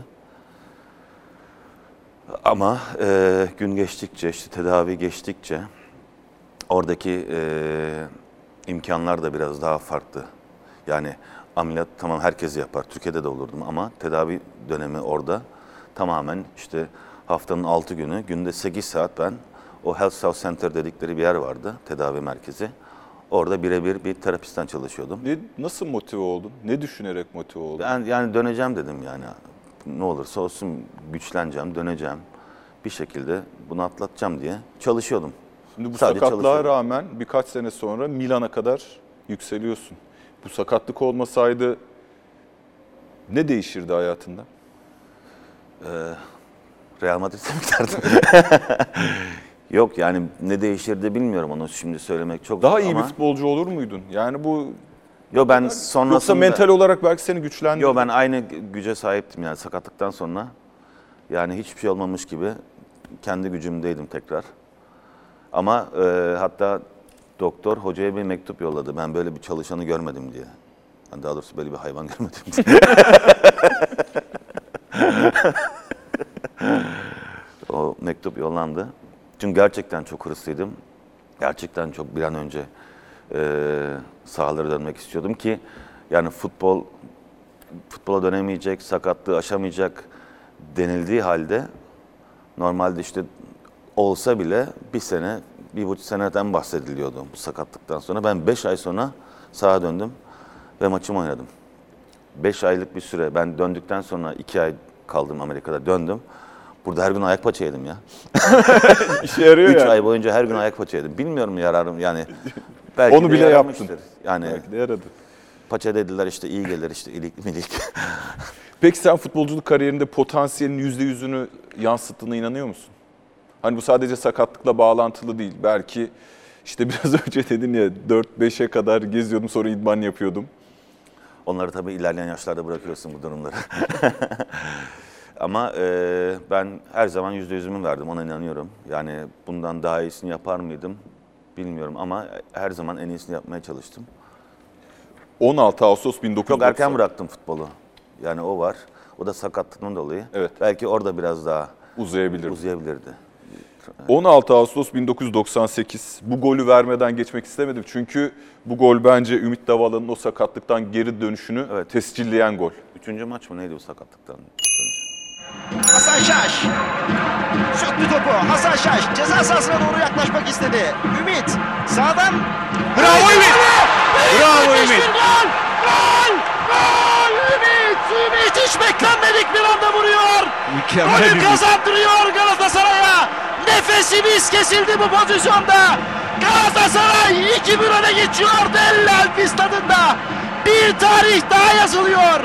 Ama gün geçtikçe, işte tedavi geçtikçe oradaki imkanlar da biraz daha farklı. Yani ameliyat tamam herkes yapar, Türkiye'de de olurdum ama tedavi dönemi orada tamamen işte haftanın 6 günü, günde 8 saat ben o Health South Center dedikleri bir yer vardı, tedavi merkezi. Orada birebir bir terapistten çalışıyordum. Nasıl motive oldun? Ne düşünerek motive oldun? Ben yani döneceğim dedim yani. Ne olursa olsun güçleneceğim, döneceğim. Bir şekilde bunu atlatacağım diye çalışıyordum. Şimdi bu Sadece sakatlığa çalışıyordum. rağmen birkaç sene sonra Milan'a kadar yükseliyorsun. Bu sakatlık olmasaydı ne değişirdi hayatında? Real Madrid'e mi giderdim? Yok yani ne değişirdi bilmiyorum, onu şimdi söylemek çok Daha zor iyi ama. bir futbolcu olur muydun? Yani bu Yo ben sonrasında. yoksa mental olarak belki seni güçlendirdi. Yo ben aynı güce sahiptim yani sakatlıktan sonra. Yani hiçbir şey olmamış gibi kendi gücümdeydim tekrar. Ama hatta doktor hocaya bir mektup yolladı. Ben böyle bir çalışanı görmedim diye. Yani daha doğrusu böyle bir hayvan görmedim diye. O mektup yollandı. Çünkü gerçekten çok hırslıydım. Gerçekten çok bir an önce sahalara dönmek istiyordum ki yani futbola dönemeyecek, sakatlığı aşamayacak denildiği halde normalde işte olsa bile bir sene, 1,5 seneden bahsediliyordu bu sakatlıktan sonra. Ben 5 ay sonra saha döndüm ve maçımı oynadım. 5 aylık bir süre. Ben döndükten sonra 2 ay kaldım Amerika'da, döndüm. Burada her gün ayak paça yedim ya. İşe yarıyor 3 yani. ay boyunca her gün ayak paça yedim. Bilmiyorum yararım yani. Belki Onu de bile yaramıştır. yaptın. Yani Belki de yaradı. paça dediler işte iyi gelir işte ilik milik. Peki sen futbolculuk kariyerinde potansiyelin %100'ünü yansıttığına inanıyor musun? Hani bu sadece sakatlıkla bağlantılı değil. Belki işte biraz önce dedin ya 4-5'e kadar geziyordum sonra idman yapıyordum. Onları tabii ilerleyen yaşlarda bırakıyorsun bu durumları. Ama ben her zaman %100'ümü verdim, ona inanıyorum. Yani bundan daha iyisini yapar mıydım bilmiyorum ama her zaman en iyisini yapmaya çalıştım. 16 Ağustos 1990. Çok erken bıraktım futbolu. Yani o var. O da sakatlığından dolayı. Evet. Belki orada biraz daha Uzayabilirdi. uzayabilirdi. 16 Ağustos 1998. Bu golü vermeden geçmek istemedim. Çünkü bu gol bence Ümit Davala'nın o sakatlıktan geri dönüşünü Evet. tescilleyen gol. 3. maç mı neydi o sakatlıktan dönüş? Hasan Şaş söktü topu. Hasan Şaş ceza sahasına doğru yaklaşmak istedi. Ümit sağdan. Bravo Ümit! Bravo Ümit! Gol! Gol! Gol! Ümit! Ümit hiç beklenmedik bir anda vuruyor. Golü kazandırıyor Galatasaray'a. Nefesimiz kesildi bu pozisyonda. Galatasaray 2-1 öne geçiyor Delle Alpi stadında. Bir tarih daha yazılıyor.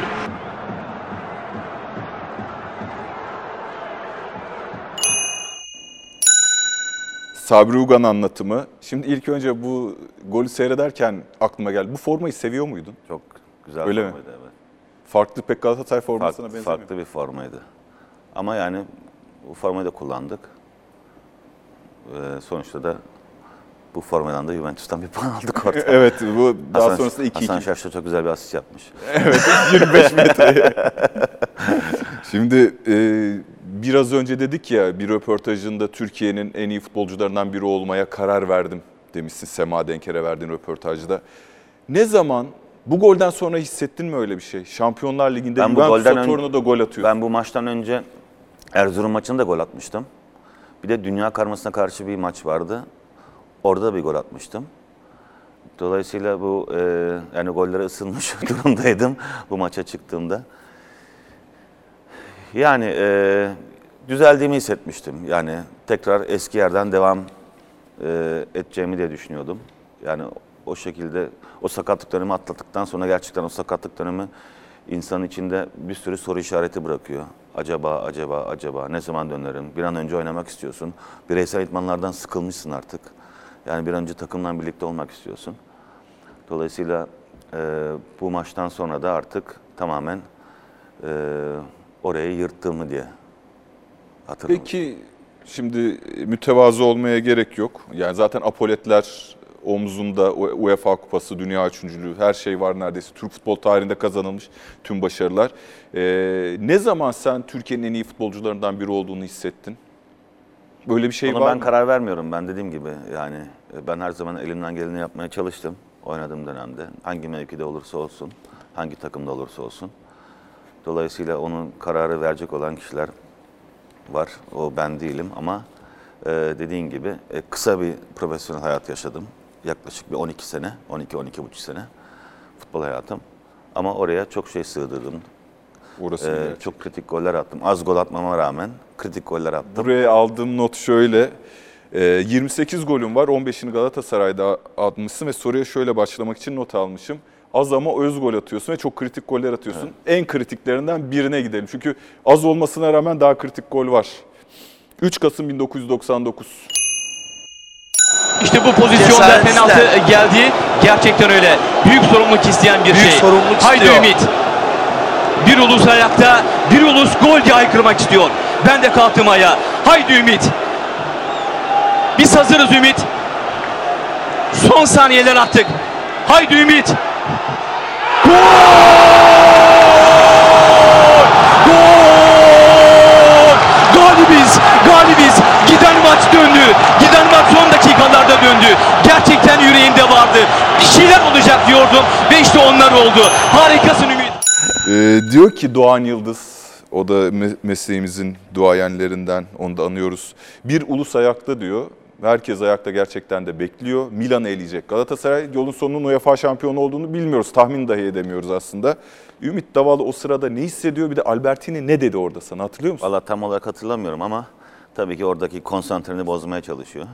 Sabri Ugan anlatımı. Şimdi ilk önce bu golü seyrederken aklıma geldi. Bu formayı seviyor muydun? Çok güzel Öyle mi? formaydı, evet. Farklı pek Galatasaray formasına benzemiyor. Farklı bir formaydı. Ama yani bu formayı da kullandık. Sonuçta da Bu formadan da Juventus'tan bir puan aldık orada. Evet, bu daha sonrasında 2-2. Hasan Şaşlı çok güzel bir asist yapmış. Evet, 25 metreye. Şimdi biraz önce dedik ya, bir röportajında Türkiye'nin en iyi futbolcularından biri olmaya karar verdim demişsin Sema Denker'e verdiğin röportajda. Ne zaman, bu golden sonra hissettin mi öyle bir şey? Şampiyonlar Ligi'nde Juventus'a Torino'da gol atıyorsun. Ben bu maçtan önce Erzurum maçında gol atmıştım. Bir de Dünya Karması'na karşı bir maç vardı. Orada da bir gol atmıştım. Dolayısıyla bu yani gollere ısınmış durumdaydım bu maça çıktığımda. Yani düzeldiğimi hissetmiştim. Yani tekrar eski yerden devam edeceğimi diye düşünüyordum. Yani o şekilde o sakatlık dönemi atlattıktan sonra gerçekten o sakatlık dönemi insanın içinde bir sürü soru işareti bırakıyor. Acaba ne zaman dönerim? Bir an önce oynamak istiyorsun. Bireysel idmanlardan sıkılmışsın artık. Yani bir an önce takımla birlikte olmak istiyorsun. Dolayısıyla bu maçtan sonra da artık tamamen orayı yırttığımı diye hatırlıyorum. Peki şimdi mütevazı olmaya gerek yok. Yani zaten apoletler omzunda, UEFA Kupası, Dünya Üçüncülüğü, her şey var neredeyse. Türk futbol tarihinde kazanılmış tüm başarılar. Ne zaman sen Türkiye'nin en iyi futbolcularından biri olduğunu hissettin? Böyle bir şey Ona var ben mı? karar vermiyorum. Ben dediğim gibi yani ben her zaman elimden geleni yapmaya çalıştım oynadığım dönemde. Hangi mevkide olursa olsun, hangi takımda olursa olsun. Dolayısıyla onun kararı verecek olan kişiler var. O ben değilim ama dediğin gibi kısa bir profesyonel hayat yaşadım. Yaklaşık bir 12 sene, 12-12,5 sene futbol hayatım. Ama oraya çok şey sığdırdım. Orası çok kritik goller attım. Az gol atmama rağmen kritik goller attım. Buraya aldığım not şöyle. 28 golüm var, 15'ini Galatasaray'da atmışsın ve soruya şöyle başlamak için not almışım. Az ama öz gol atıyorsun ve çok kritik goller atıyorsun. Evet. En kritiklerinden birine gidelim. Çünkü az olmasına rağmen daha kritik gol var. 3 Kasım 1999. İşte bu pozisyonda penaltı geldi. Gerçekten öyle. Büyük sorumluluk isteyen bir şey. Sorumluluk Haydi istiyor. Ümit. Bir ulus ayakta, bir ulus gol diye haykırmak istiyor. Ben de kalktım ayağa. Haydi Ümit. Biz hazırız Ümit. Son saniyeler attık. Haydi Ümit. Gol! Gol! Galibiz, galibiz. Giden maç döndü. Giden maç son dakikalarda döndü. Gerçekten yüreğimde vardı. Bir şeyler olacak diyordum ve işte onlar oldu. Harikasın Ümit. Diyor ki Doğan Yıldız, o da mesleğimizin duayenlerinden, onu da anıyoruz. Bir ulus ayakta diyor. Herkes ayakta gerçekten de bekliyor. Milan'ı eleyecek. Galatasaray yolun sonunun UEFA şampiyonu olduğunu bilmiyoruz. Tahmin dahi edemiyoruz aslında. Ümit Davala o sırada ne hissediyor? Bir de Albertini ne dedi orada sana, hatırlıyor musun? Valla tam olarak hatırlamıyorum ama tabii ki oradaki konsantreni bozmaya çalışıyor.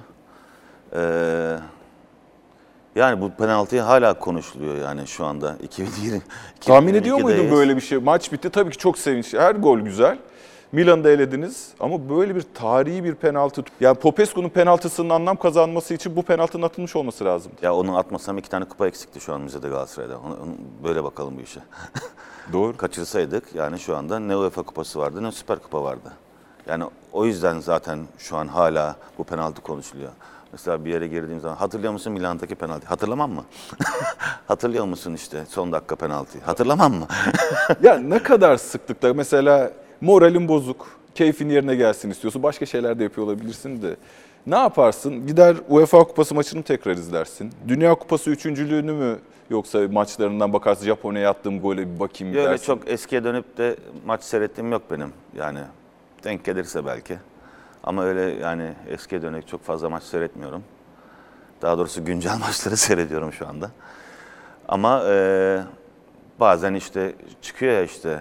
Yani bu penaltı hala konuşuluyor yani şu anda 2020. Tahmin ediyor muydun böyle bir şey? Maç bitti, tabii ki çok sevinçli. Her gol güzel. Milan'da elediniz ama böyle bir tarihi bir penaltı. Yani Popescu'nun penaltısının anlam kazanması için bu penaltının atılmış olması lazım. Ya onu atmasam 2 tane kupa eksikti şu an müzede Galatasaray'da. Böyle bakalım bu işe. Doğru. Kaçırsaydık yani şu anda ne UEFA kupası vardı ne Süper Kupa vardı. Yani o yüzden zaten şu an hala bu penaltı konuşuluyor. Mesela bir yere girdiğim zaman hatırlıyor musun Milan'daki penaltı? Hatırlamam mı? Hatırlıyor musun işte son dakika penaltıyı? Hatırlamam mı? Ya ne kadar sıklıkla mesela moralin bozuk, keyfin yerine gelsin istiyorsun. Başka şeyler de yapıyor olabilirsin de. Ne yaparsın? Gider UEFA Kupası maçını tekrar izlersin. Dünya Kupası üçüncülüğünü mü yoksa maçlarından bakarsın Japonya'ya attığım gole bir bakayım dersin. Öyle çok eskiye dönüp de maç seyrettiğim yok benim. Yani denk gelirse belki. Ama öyle yani eskiye dönük çok fazla maç seyretmiyorum. Daha doğrusu güncel maçları seyrediyorum şu anda. Ama bazen işte çıkıyor ya işte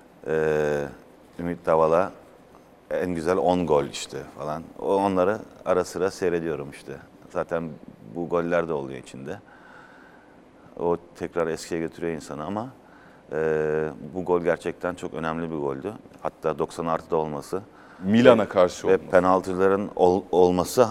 Ümit Davala en güzel 10 gol işte falan. Onları ara sıra seyrediyorum işte. Zaten bu goller de oluyor içinde. O tekrar eskiye götürüyor insanı ama bu gol gerçekten çok önemli bir goldü. Hatta 90 artıda olması. Milan'a karşı ve olması. penaltıların olması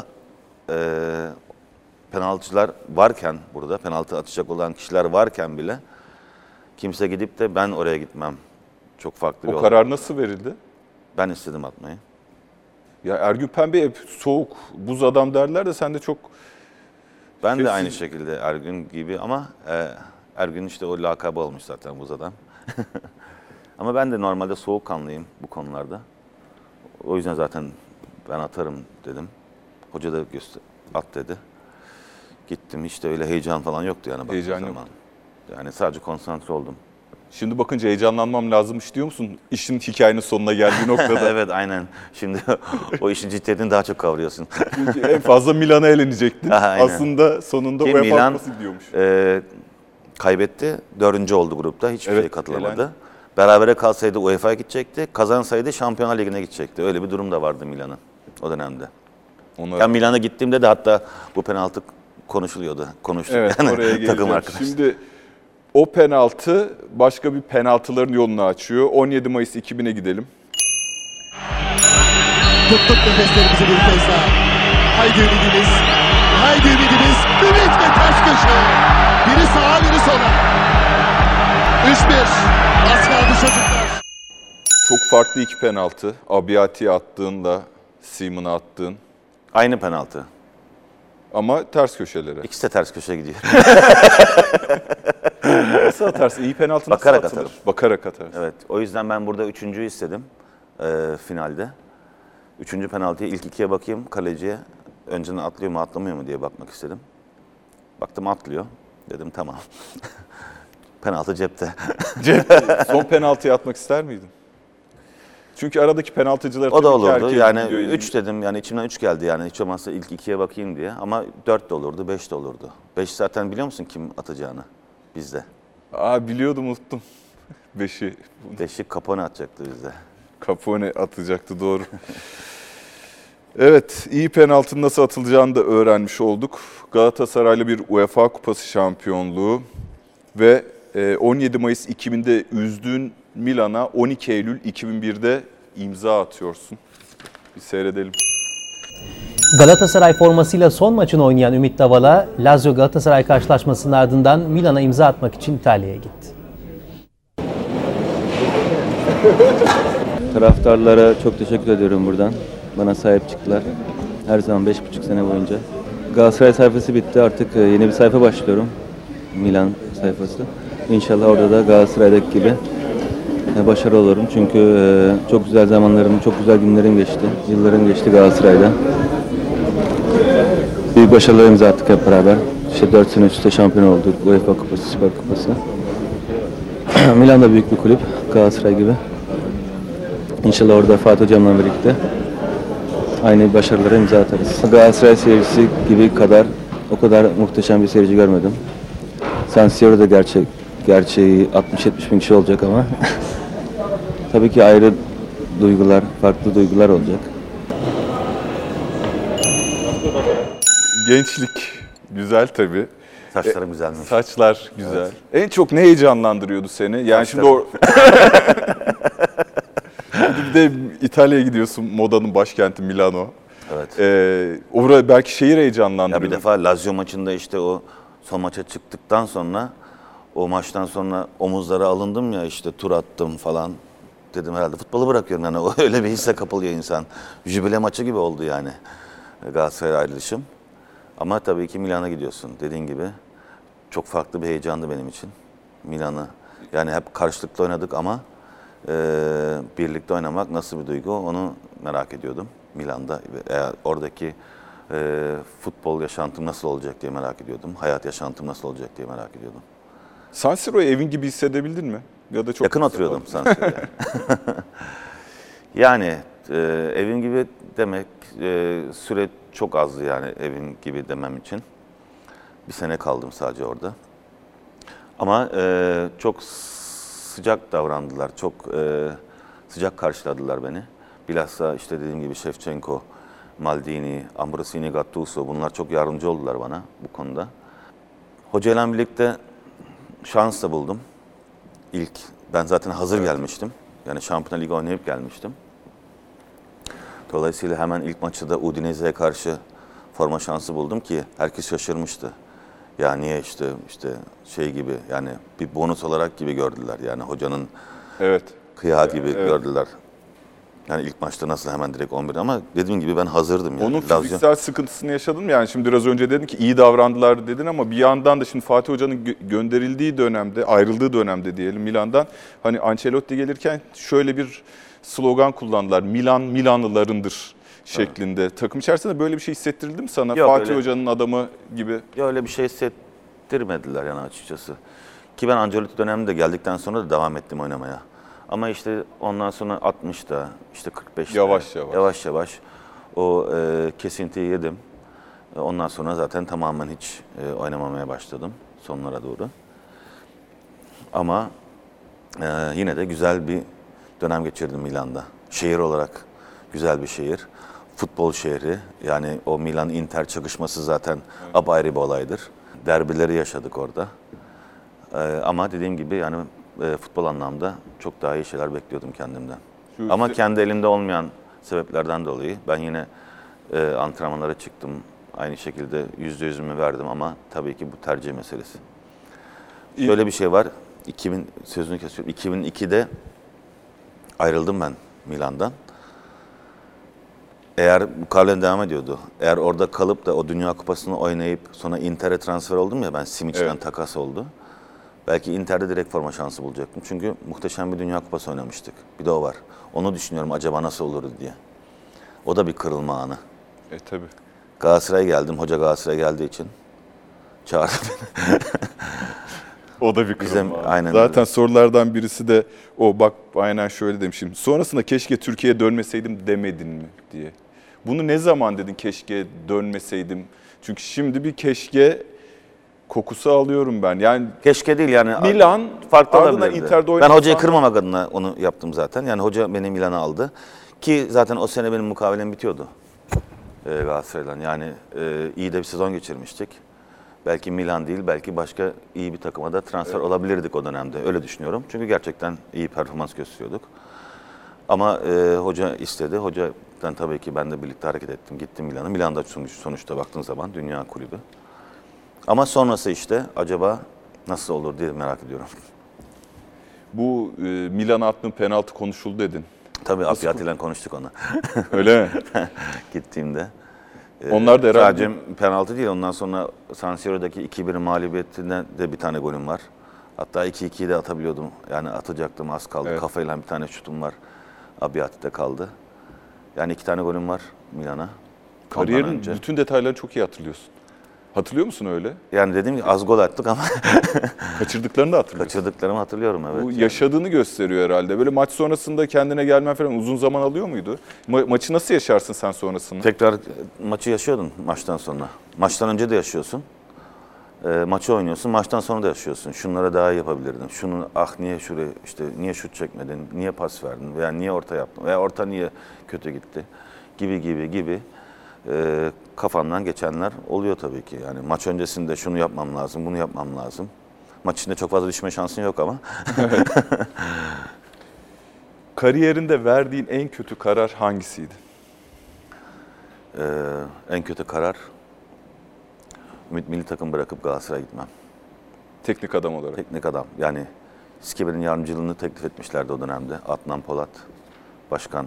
penaltıcılar varken burada penaltı atacak olan kişiler varken bile kimse gidip de ben oraya gitmem. Çok farklı bir O olay. karar nasıl verildi? Ben istedim atmayı. Ya Ergün Pembe hep soğuk, buz adam derler de sen de çok Ben de Kesin. aynı şekilde Ergün gibi ama Ergün işte o lakabı olmuş zaten buz adam. Ama ben de normalde soğukkanlıyım bu konularda. O yüzden zaten ben atarım dedim. Hoca da at dedi. Gittim, hiç de öyle heyecan falan yoktu yani. Heyecan zaman. yoktu. Yani sadece konsantre oldum. Şimdi bakınca heyecanlanmam lazımmış diyor musun? İşin hikayenin sonuna geldiği noktada. Evet, aynen. Şimdi o işin ciddiyetini daha çok kavruyorsun. Çünkü en fazla Milan'a elenecektin. Aynen. Aslında sonunda Ki UEFA Milan Kupası gidiyormuş. Kaybetti. 4. oldu grupta. Hiçbir Evet, şey katılamadı. elendi. Berabere kalsaydı UEFA'ya gidecekti. Kazansaydı Şampiyonlar Ligi'ne gidecekti. Öyle bir durum da vardı Milan'ın o dönemde. Ben Milan'a gittiğimde de hatta bu penaltı konuşuluyordu. Konuştuk Evet, yani oraya takım geleceğim. arkadaşlar. Şimdi o penaltı başka bir penaltıların yolunu açıyor. 17 Mayıs 2000'e gidelim. Tuttuk nefeslerimizi bir kez daha. Haydi ümidimiz. Haydi ümidimiz. Ümit ve ters köşe. Biri sağa biri sola. 3-1. Az kaldı çocuklar. Çok farklı iki penaltı. Abiyati'ye attığınla Seaman'a attığın. Aynı penaltı. Ama ters köşelere. İkisi de ters köşe gidiyor. Nasıl atarsın? İyi penaltı nasıl Bakarak atılır? atarım. Bakarak atarsın. Evet. O yüzden ben burada 3.'yü istedim finalde. 3. penaltıya ilk 2'ye bakayım kaleciye. Önceden atlıyor mu atlamıyor mu diye bakmak istedim. Baktım atlıyor. Dedim tamam. Penaltı cepte. Son penaltıyı atmak ister miydin? Çünkü aradaki penaltıcılar O da tabii ki olurdu. herkes Yani biliyor. 3 dedim. Yani içimden 3 geldi yani. Hiç olmazsa ilk 2'ye bakayım diye. Ama 4 de olurdu, 5 de olurdu. 5 zaten biliyor musun kim atacağını? Bizde. Biliyordum, unuttum. 5'i 5'i Capone atacaktı bizde. Capone atacaktı, doğru. Evet, iyi penaltının nasıl atılacağını da öğrenmiş olduk. Galatasaray'la bir UEFA Kupası şampiyonluğu ve 17 Mayıs 2000'de üzdüğün Milan'a 12 Eylül 2001'de imza atıyorsun. Bir seyredelim. Galatasaray formasıyla son maçını oynayan Ümit Davala, Lazio Galatasaray karşılaşmasının ardından Milan'a imza atmak için İtalya'ya gitti. Taraftarlara çok teşekkür ediyorum buradan. Bana sahip çıktılar. Her zaman 5,5 sene boyunca. Galatasaray sayfası bitti. Artık yeni bir sayfa başlıyorum. Milan sayfası. İnşallah orada da Galatasaray'daki gibi başarılı olurum. Çünkü çok güzel zamanlarım, çok güzel günlerim geçti. Yıllarım geçti Galatasaray'da. Büyük başarılar imza attık hep beraber. İşte 4 sene üst üste şampiyon olduk. UEFA Kupası, Süper Kupası. Milan da büyük bir kulüp. Galatasaray gibi. İnşallah orada Fatih Hocam'la birlikte aynı başarılara imza atarız. Galatasaray seyircisi gibi o kadar muhteşem bir seyirci görmedim. San Siro'da gerçeği 60-70 bin kişi olacak ama tabii ki ayrı duygular, farklı duygular olacak. Gençlik güzel tabii. Saçlarım güzelmiş. Saçlar güzel. Evet. En çok ne heyecanlandırıyordu seni? Yani şimdi bir de İtalya'ya gidiyorsun, modanın başkenti Milano. Evet. Orada belki şehir heyecanlandırıyor. Ya bir defa Lazio maçında işte o son maça çıktıktan sonra o maçtan sonra omuzlara alındım ya, işte tur attım falan. Dedim herhalde futbolu bırakıyorum yani. Öyle bir hisse kapılıyor insan. Jübile maçı gibi oldu yani Galatasaray ayrılışım. Ama tabii ki Milan'a gidiyorsun dediğin gibi. Çok farklı bir heyecandı benim için Milan'ı. Yani hep karşılıklı oynadık ama birlikte oynamak nasıl bir duygu onu merak ediyordum Milan'da. Oradaki futbol yaşantım nasıl olacak diye merak ediyordum. Hayat yaşantım nasıl olacak diye merak ediyordum. San Siro'yu evin gibi hissedebildin mi? Ya da çok yakın oturuyordum San Siro'ya. Yani evim gibi demek süre çok azdı yani evim gibi demem için. Bir sene kaldım sadece orada. Ama çok sıcak davrandılar, çok sıcak karşıladılar beni. Bilhassa işte dediğim gibi Shevchenko, Maldini, Ambrosini, Gattuso bunlar çok yardımcı oldular bana bu konuda. Hocayla birlikte şans da buldum. Ben zaten hazır gelmiştim. Yani Şampiyonlar Ligi oynayıp gelmiştim. Dolayısıyla hemen ilk maçı da Udinese'ye karşı forma şansı buldum ki herkes şaşırmıştı. Ya niye işte şey gibi yani bir bonus olarak gibi gördüler. Yani hocanın kıyağı gibi gördüler. Yani ilk maçta nasıl hemen direkt 11 ama dediğim gibi ben hazırdım. Yani. Onun fiziksel sıkıntısını yaşadın mı? Yani şimdi biraz önce dedin ki iyi davrandılar dedin ama bir yandan da şimdi Fatih Hoca'nın gönderildiği dönemde, ayrıldığı dönemde diyelim Milan'dan. Hani Ancelotti gelirken şöyle bir slogan kullandılar. Milan Milanlılarındır şeklinde. Evet. Takım içerisinde böyle bir şey hissettirildi mi sana? Yok, Fatih öyle, Hoca'nın adamı gibi. Ya öyle bir şey hissettirmediler yani açıkçası. Ki ben Ancelotti döneminde geldikten sonra da devam ettim oynamaya. Ama işte ondan sonra 60'da, işte 45'te yavaş yavaş o kesintiyi yedim. Ondan sonra zaten tamamen hiç oynamamaya başladım sonlara doğru. Ama yine de güzel bir dönem geçirdim Milan'da. Şehir olarak güzel bir şehir. Futbol şehri. Yani o Milan-Inter çakışması zaten apayrı bir olaydır. Derbileri yaşadık orada. Ama dediğim gibi yani futbol anlamda çok daha iyi şeyler bekliyordum kendimden. Ama kendi elimde olmayan sebeplerden dolayı ben yine antrenmanlara çıktım. Aynı şekilde %100'ümü verdim ama tabii ki bu tercih meselesi. Şöyle bir şey var. Sözünü kesiyorum. 2002'de ayrıldım ben Milan'dan. Eğer bu Carlen devam ediyordu. Eğer orada kalıp da o Dünya Kupası'nı oynayıp sonra Inter'e transfer oldum ya ben Simic'den takas oldu. Belki Inter'de direkt forma şansı bulacaktım. Çünkü muhteşem bir Dünya Kupası oynamıştık. Bir de o var. Onu düşünüyorum acaba nasıl olurdu diye. O da bir kırılma anı. Tabii. Galatasaray'a geldim. Hoca Galatasaray'a geldiği için çağırdı beni. O da bir kırılma anı. Aynen zaten öyle. sorulardan birisi de o, bak aynen şöyle demişim. Sonrasında keşke Türkiye'ye dönmeseydim demedin mi diye. Bunu ne zaman dedin keşke dönmeseydim? Çünkü şimdi bir keşke kokusu alıyorum ben. Yani keşke değil yani. Milan farklı ardından olabilirdi. Inter'de Ben hocayı kırmamak adına onu yaptım zaten. Yani hoca beni Milan'a aldı. Ki zaten o sene benim mukavelem bitiyordu Galatasaray'la. Yani iyi de bir sezon geçirmiştik. Belki Milan değil, belki başka iyi bir takıma da transfer olabilirdik o dönemde. Öyle düşünüyorum. Çünkü gerçekten iyi performans gösteriyorduk. Ama hoca istedi. Hocadan tabii ki ben de birlikte hareket ettim. Gittim Milan'a. Milan'da sonuçta baktığın zaman dünya kulübü. Ama sonrası işte acaba nasıl olur diye merak ediyorum. Bu Milan'a attığın penaltı konuşuldu dedin. Tabii Apiati ile konuştuk onu. Öyle mi? Gittiğimde. Onlar da herhalde... Sadece penaltı değil, ondan sonra San Siro'daki 2-1 mağlubiyetinde de bir tane golüm var. Hatta 2-2'yi de atabiliyordum. Yani atacaktım, az kaldı. Evet. Kafayla bir tane şutum var. Apiati'de kaldı. Yani 2 tane golüm var Milan'a. Kariyerin bütün detaylarını çok iyi hatırlıyorsun. Hatırlıyor musun öyle? Yani dediğim gibi az gol attık ama... Kaçırdıklarını da hatırlıyorsun. Kaçırdıklarımı hatırlıyorum, evet. Bu yaşadığını gösteriyor herhalde. Böyle maç sonrasında kendine gelmen falan uzun zaman alıyor muydu? Maçı nasıl yaşarsın sen sonrasında? Tekrar maçı yaşıyordun maçtan sonra. Maçtan önce de yaşıyorsun. Maçı oynuyorsun, maçtan sonra da yaşıyorsun. Şunlara daha iyi yapabilirdin. Şunu niye şuraya işte niye şut çekmedin, niye pas verdin veya niye orta yaptın veya orta niye kötü gitti gibi kafandan geçenler oluyor tabii ki. Yani maç öncesinde şunu yapmam lazım, bunu yapmam lazım. Maç içinde çok fazla düşme şansın yok ama. Kariyerinde verdiğin en kötü karar hangisiydi? En kötü karar Ümit milli takım bırakıp Galatasaray'a gitmem. Teknik adam olarak. Teknik adam. Yani Skibe'nin yardımcılığını teklif etmişlerdi o dönemde. Adnan Polat başkan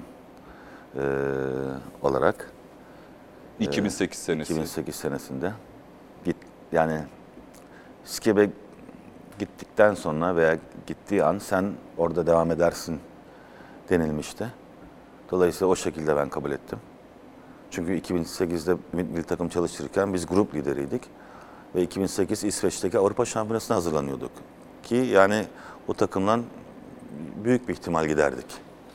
olarak. 2008 senesi. 2008 senesinde. Yani Skibe gittikten sonra veya gittiği an sen orada devam edersin denilmişti. Dolayısıyla o şekilde ben kabul ettim. Çünkü 2008'de milli takım çalıştırırken biz grup lideriydik. Ve 2008 İsveç'teki Avrupa Şampiyonası'na hazırlanıyorduk. Ki yani o takımdan büyük bir ihtimal giderdik.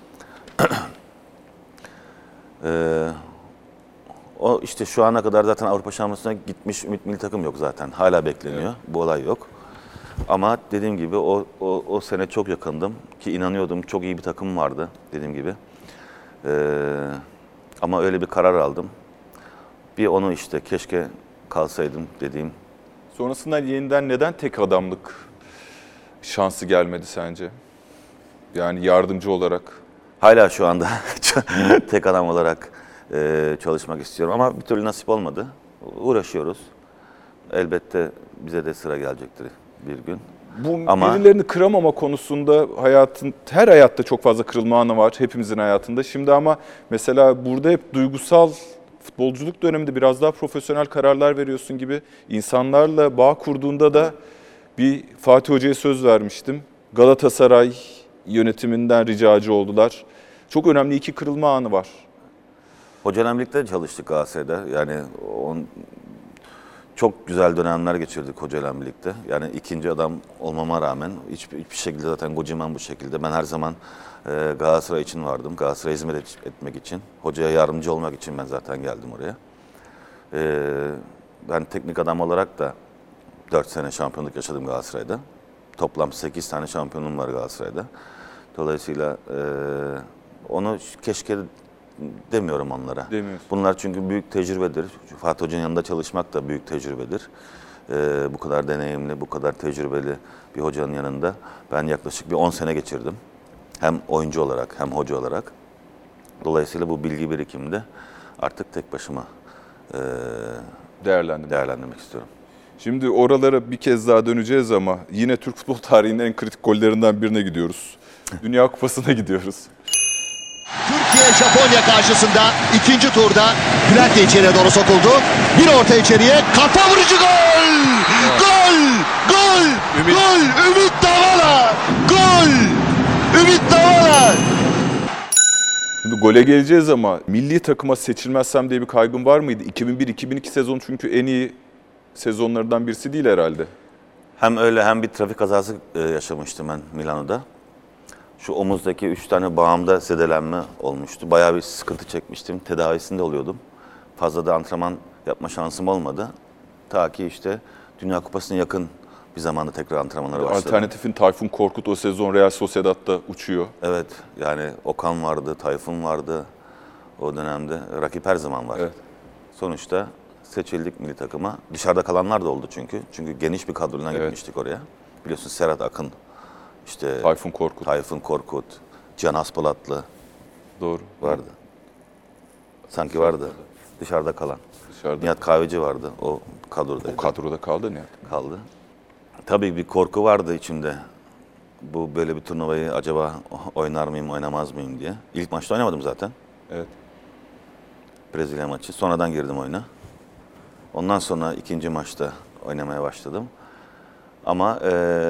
O işte şu ana kadar zaten Avrupa Şampiyonası'na gitmiş Ümit milli takım yok zaten. Hala bekleniyor. Evet. Bu olay yok. Ama dediğim gibi o sene çok yakındım. Ki inanıyordum çok iyi bir takım vardı dediğim gibi. Ama öyle bir karar aldım. Bir onu işte keşke kalsaydım dediğim. Sonrasında yeniden neden tek adamlık şansı gelmedi sence? Yani yardımcı olarak. Hala şu anda tek adam olarak çalışmak istiyorum ama bir türlü nasip olmadı. Uğraşıyoruz. Elbette bize de sıra gelecektir bir gün. Bu Ama birilerini kıramama konusunda her hayatta çok fazla kırılma anı var hepimizin hayatında. Şimdi ama mesela burada hep duygusal futbolculuk döneminde biraz daha profesyonel kararlar veriyorsun gibi. İnsanlarla bağ kurduğunda da bir Fatih Hoca'ya söz vermiştim. Galatasaray yönetiminden ricacı oldular. Çok önemli 2 kırılma anı var. hocayla birlikte çalıştık Galatasaray'da. Yani çok güzel dönemler geçirdik hocayla birlikte. Yani ikinci adam olmama rağmen hiçbir şekilde zaten Kocaman bu şekilde. Ben her zaman Galatasaray için vardım. Galatasaray'a hizmet etmek için. Hocaya yardımcı olmak için ben zaten geldim oraya. Ben teknik adam olarak da 4 sene şampiyonluk yaşadım Galatasaray'da. Toplam 8 tane şampiyonluğum var Galatasaray'da. Dolayısıyla onu keşke demiyorum onlara. Demiyorsun. Bunlar çünkü büyük tecrübedir. Fatih Hoca'nın yanında çalışmak da büyük tecrübedir. Bu kadar deneyimli, bu kadar tecrübeli bir hocanın yanında ben yaklaşık bir 10 sene geçirdim. Hem oyuncu olarak hem hoca olarak. Dolayısıyla bu bilgi birikiminde artık tek başıma değerlendirmek istiyorum. Şimdi oralara bir kez daha döneceğiz ama yine Türk futbol tarihinin en kritik gollerinden birine gidiyoruz. Dünya Kupası'na gidiyoruz. Türkiye-Japonya karşısında ikinci turda Bülent de içeriye doğru sokuldu. Bir orta içeriye, kafa vurucu gol! Gol! Gol! Gol! Ümit Davala! Gol! Ümit Davala! Şimdi gole geleceğiz ama milli takıma seçilmezsem diye bir kaygım var mıydı? 2001-2002 sezonu çünkü en iyi sezonlarından birisi değil herhalde. Hem öyle hem bir trafik kazası yaşamıştım ben Milano'da. Şu omuzdaki 3 tane bağımda zedelenme olmuştu. Bayağı bir sıkıntı çekmiştim. Tedavisinde oluyordum. Fazla da antrenman yapma şansım olmadı. Ta ki işte Dünya Kupası'na yakın bir zamanda tekrar antrenmanlara başladım. Alternatifin Tayfun Korkut o sezon Real Sociedad'da uçuyor. Evet, yani Okan vardı, Tayfun vardı o dönemde. Rakip her zaman var. Evet. Sonuçta seçildik milli takıma. Dışarıda kalanlar da oldu çünkü. Çünkü geniş bir kadroyla gitmiştik oraya. Biliyorsun Serhat Akın, işte Tayfun Korkut, Can Aspolatlı Doğru. vardı. Sanki vardı. Dışarıda kalan. Dışarıda. Nihat Kahveci vardı. O kadrodaydı. O kadroda kaldı Nihat. Kaldı. Tabii bir korku vardı içimde. Bu böyle bir turnuvayı acaba oynar mıyım, oynamaz mıyım diye. İlk maçta oynamadım zaten. Evet. Brezilya maçı. Sonradan girdim oyuna. Ondan sonra ikinci maçta oynamaya başladım. Ama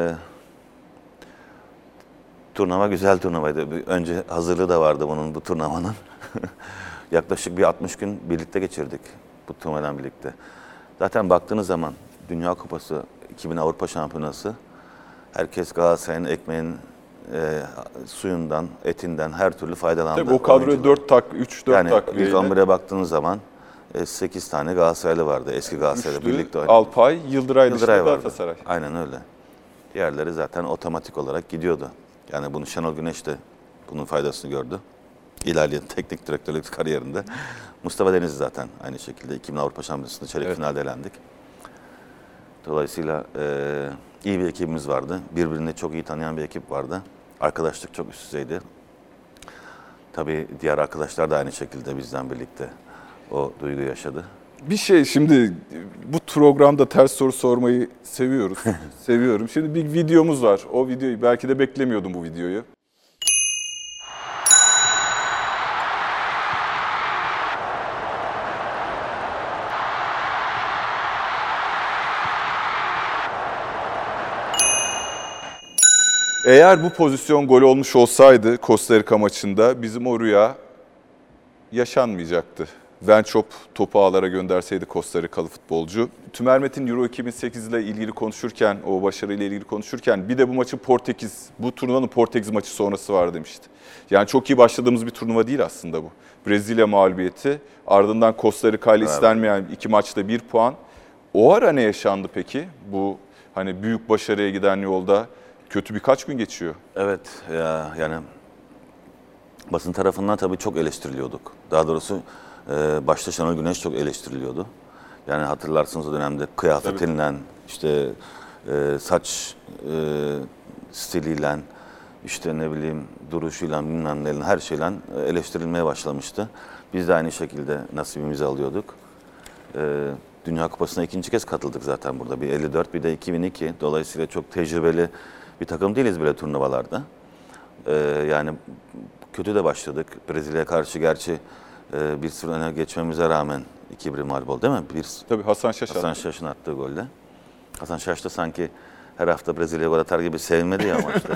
turnuva güzel turnuvaydı. Önce hazırlığı da vardı bu turnuvanın. Yaklaşık bir 60 gün birlikte geçirdik bu turnuvadan birlikte. Zaten baktığınız zaman Dünya Kupası, 2000 Avrupa Şampiyonası, herkes Galatasaray'ın ekmeğin, suyundan, etinden her türlü faydalandı. Tabii o kadroya 3-4 yani takviyeyle. ilk 11'e baktığınız zaman 8 tane Galatasaraylı vardı. Eski Galatasaray'la birlikte oynadı. Alpay, Yıldıray dışında vardı. Galatasaray. Aynen öyle. Diğerleri zaten otomatik olarak gidiyordu. Yani bunu Şenol Güneş de bunun faydasını gördü. İlerleyen teknik direktörlük kariyerinde. Mustafa Denizli zaten aynı şekilde 2000 Avrupa Şampiyonası'nda çeyrek finalde elendik. Dolayısıyla iyi bir ekibimiz vardı. Birbirini çok iyi tanıyan bir ekip vardı. Arkadaşlık çok üst düzeydi. Tabii diğer arkadaşlar da aynı şekilde bizden birlikte o duyguyu yaşadı. Bir şey şimdi bu programda ters soru sormayı seviyoruz. Seviyorum. Şimdi bir videomuz var. O videoyu belki de beklemiyordum bu videoyu. Eğer bu pozisyon gol olmuş olsaydı Costa Rica maçında bizim o rüya yaşanmayacaktı. Vençop topu ağlara gönderseydi Costa Rikalı futbolcu. Tümer Metin Euro 2008 ile ilgili konuşurken, o başarıyla ilgili konuşurken bir de bu maçın bu turnuvanın Portekiz maçı sonrası var demişti. Yani çok iyi başladığımız bir turnuva değil aslında bu. Brezilya mağlubiyeti, ardından Costa Rica ile istenmeyen 2 maçta 1 puan. O ara ne yaşandı peki? Bu hani büyük başarıya giden yolda kötü birkaç gün geçiyor. Evet, yani basın tarafından tabii çok eleştiriliyorduk. Daha doğrusu başta Şenol Güneş çok eleştiriliyordu. Yani hatırlarsınız o dönemde kıyafetinden, işte saç stiliyle, işte ne bileyim duruşuyla, bilmem neyle, her şeyle eleştirilmeye başlamıştı. Biz de aynı şekilde nasibimizi alıyorduk. Dünya Kupası'na ikinci kez katıldık zaten burada. Bir 54 bir de 2002. Dolayısıyla çok tecrübeli bir takım değiliz böyle turnuvalarda. Yani kötü de başladık. Brezilya'ya karşı gerçi 1-0 öne geçmemize rağmen 2-1 mağlup oldu değil mi? Tabii Hasan Şaş Hasan Şaş'ın attığı golle. Hasan Şaş da sanki her hafta Brezilya'ya gol atar gibi sevinmedi ya maçta.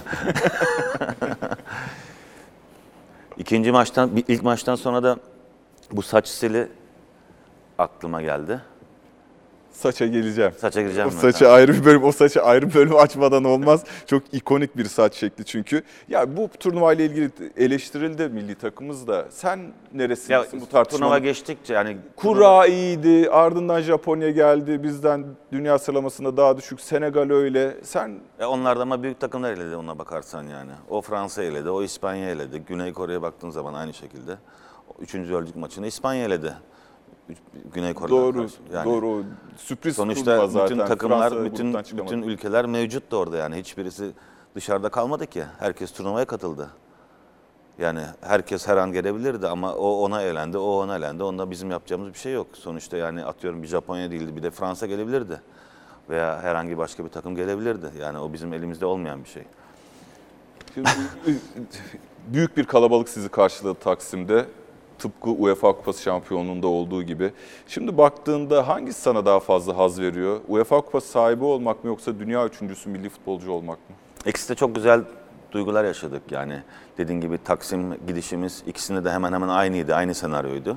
İlk maçtan sonra da bu saç stili aklıma geldi. Saça geleceğim. Saça gireceğim O mi? saçı ayrı bir bölüm, o saçı ayrı bir bölüm açmadan olmaz. Çok ikonik bir saç şekli çünkü. Ya bu turnuvayla ilgili eleştirildi milli takımımız da. Sen neresindesin Ya, bu turnuva tartışmanın? geçtikçe yani Kura iyiydi, ardından Japonya geldi. Bizden dünya sıralamasında daha düşük. Senegal öyle. Sen onlar da ama büyük takımlar eledi ona bakarsan yani. O Fransa eledi, o İspanya eledi. Güney Kore'ye baktığın zaman aynı şekilde. O 3. ördük maçını İspanya eledi. Güney Kore'den doğru, karşı. Yani doğru. Sürpriz sonuçta turnuva zaten. bütün takımlar, Fransa gruptan çıkamadı. bütün ülkeler mevcut da orada yani. Hiçbirisi dışarıda kalmadı ki. Herkes turnuvaya katıldı. Yani herkes her an gelebilirdi ama o ona elendi, o ona elendi. Onda bizim yapacağımız bir şey yok. Sonuçta yani atıyorum bir Japonya değildi, bir de Fransa gelebilirdi. Veya herhangi başka bir takım gelebilirdi. Yani o bizim elimizde olmayan bir şey. Şimdi, büyük bir kalabalık sizi karşıladı Taksim'de. Tıpkı UEFA Kupası şampiyonluğunda olduğu gibi. Şimdi baktığında hangisi sana daha fazla haz veriyor? UEFA Kupası sahibi olmak mı yoksa dünya üçüncüsü milli futbolcu olmak mı? İkisi de çok güzel duygular yaşadık yani. Dediğin gibi Taksim gidişimiz ikisinde de hemen hemen aynıydı, aynı senaryoydu.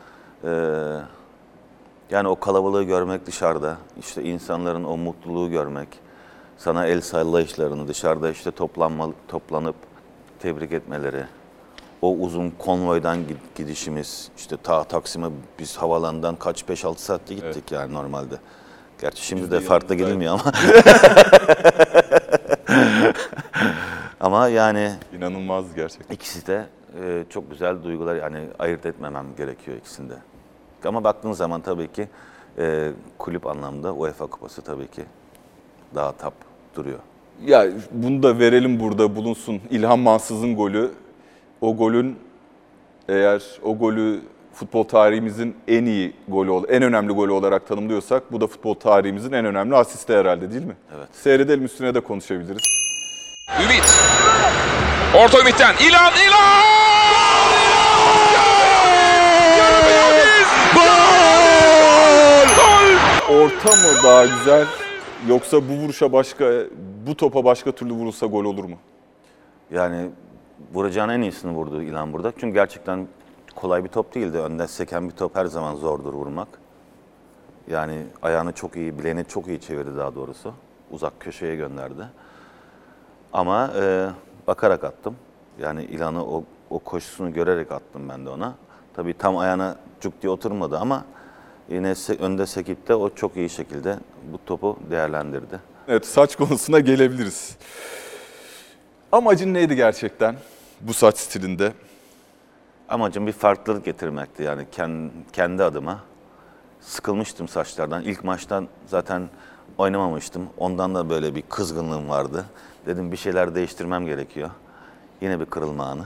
Yani o kalabalığı görmek dışarıda, işte insanların o mutluluğu görmek, sana el sallayışlarını dışarıda işte toplanıp tebrik etmeleri, o uzun konvoydan gidişimiz, işte Taksim'e biz havalandan kaç 5-6 saatte gittik yani normalde. Gerçi şimdi de farklı gidilmiyor ama. Ama yani İnanılmaz gerçekten. ikisi de çok güzel duygular yani ayırt etmemem gerekiyor ikisinde. Ama baktığın zaman tabii ki kulüp anlamda UEFA Kupası tabii ki daha top duruyor. Ya bunu da verelim burada bulunsun. İlhan Mansız'ın golü. O golün eğer o golü futbol tarihimizin en iyi golü, en önemli golü olarak tanımlıyorsak bu da futbol tarihimizin en önemli asisti herhalde değil mi? Evet. Seyredelim üstüne de konuşabiliriz. Ümit. Orta Ümit'ten. İlhan! Orta mı daha güzel yoksa bu vuruşa bu topa başka türlü vurulsa gol olur mu? Yani vuracağın en iyisini vurdu İlhan burada. Çünkü gerçekten kolay bir top değildi. Önden seken bir top her zaman zordur vurmak. Yani ayağını çok iyi, bileğini çok iyi çevirdi daha doğrusu. Uzak köşeye gönderdi. Ama bakarak attım. Yani İlhan'ı o koşusunu görerek attım ben de ona. Tabii tam ayağına cuk diye oturmadı ama yine önde sekip de o çok iyi şekilde bu topu değerlendirdi. Evet, saç konusuna gelebiliriz. Amacın neydi gerçekten bu saç stilinde? Amacım bir farklılık getirmekti yani kendi adıma. Sıkılmıştım saçlardan. İlk maçtan zaten oynamamıştım. Ondan da böyle bir kızgınlığım vardı. Dedim bir şeyler değiştirmem gerekiyor. Yine bir kırılma anı.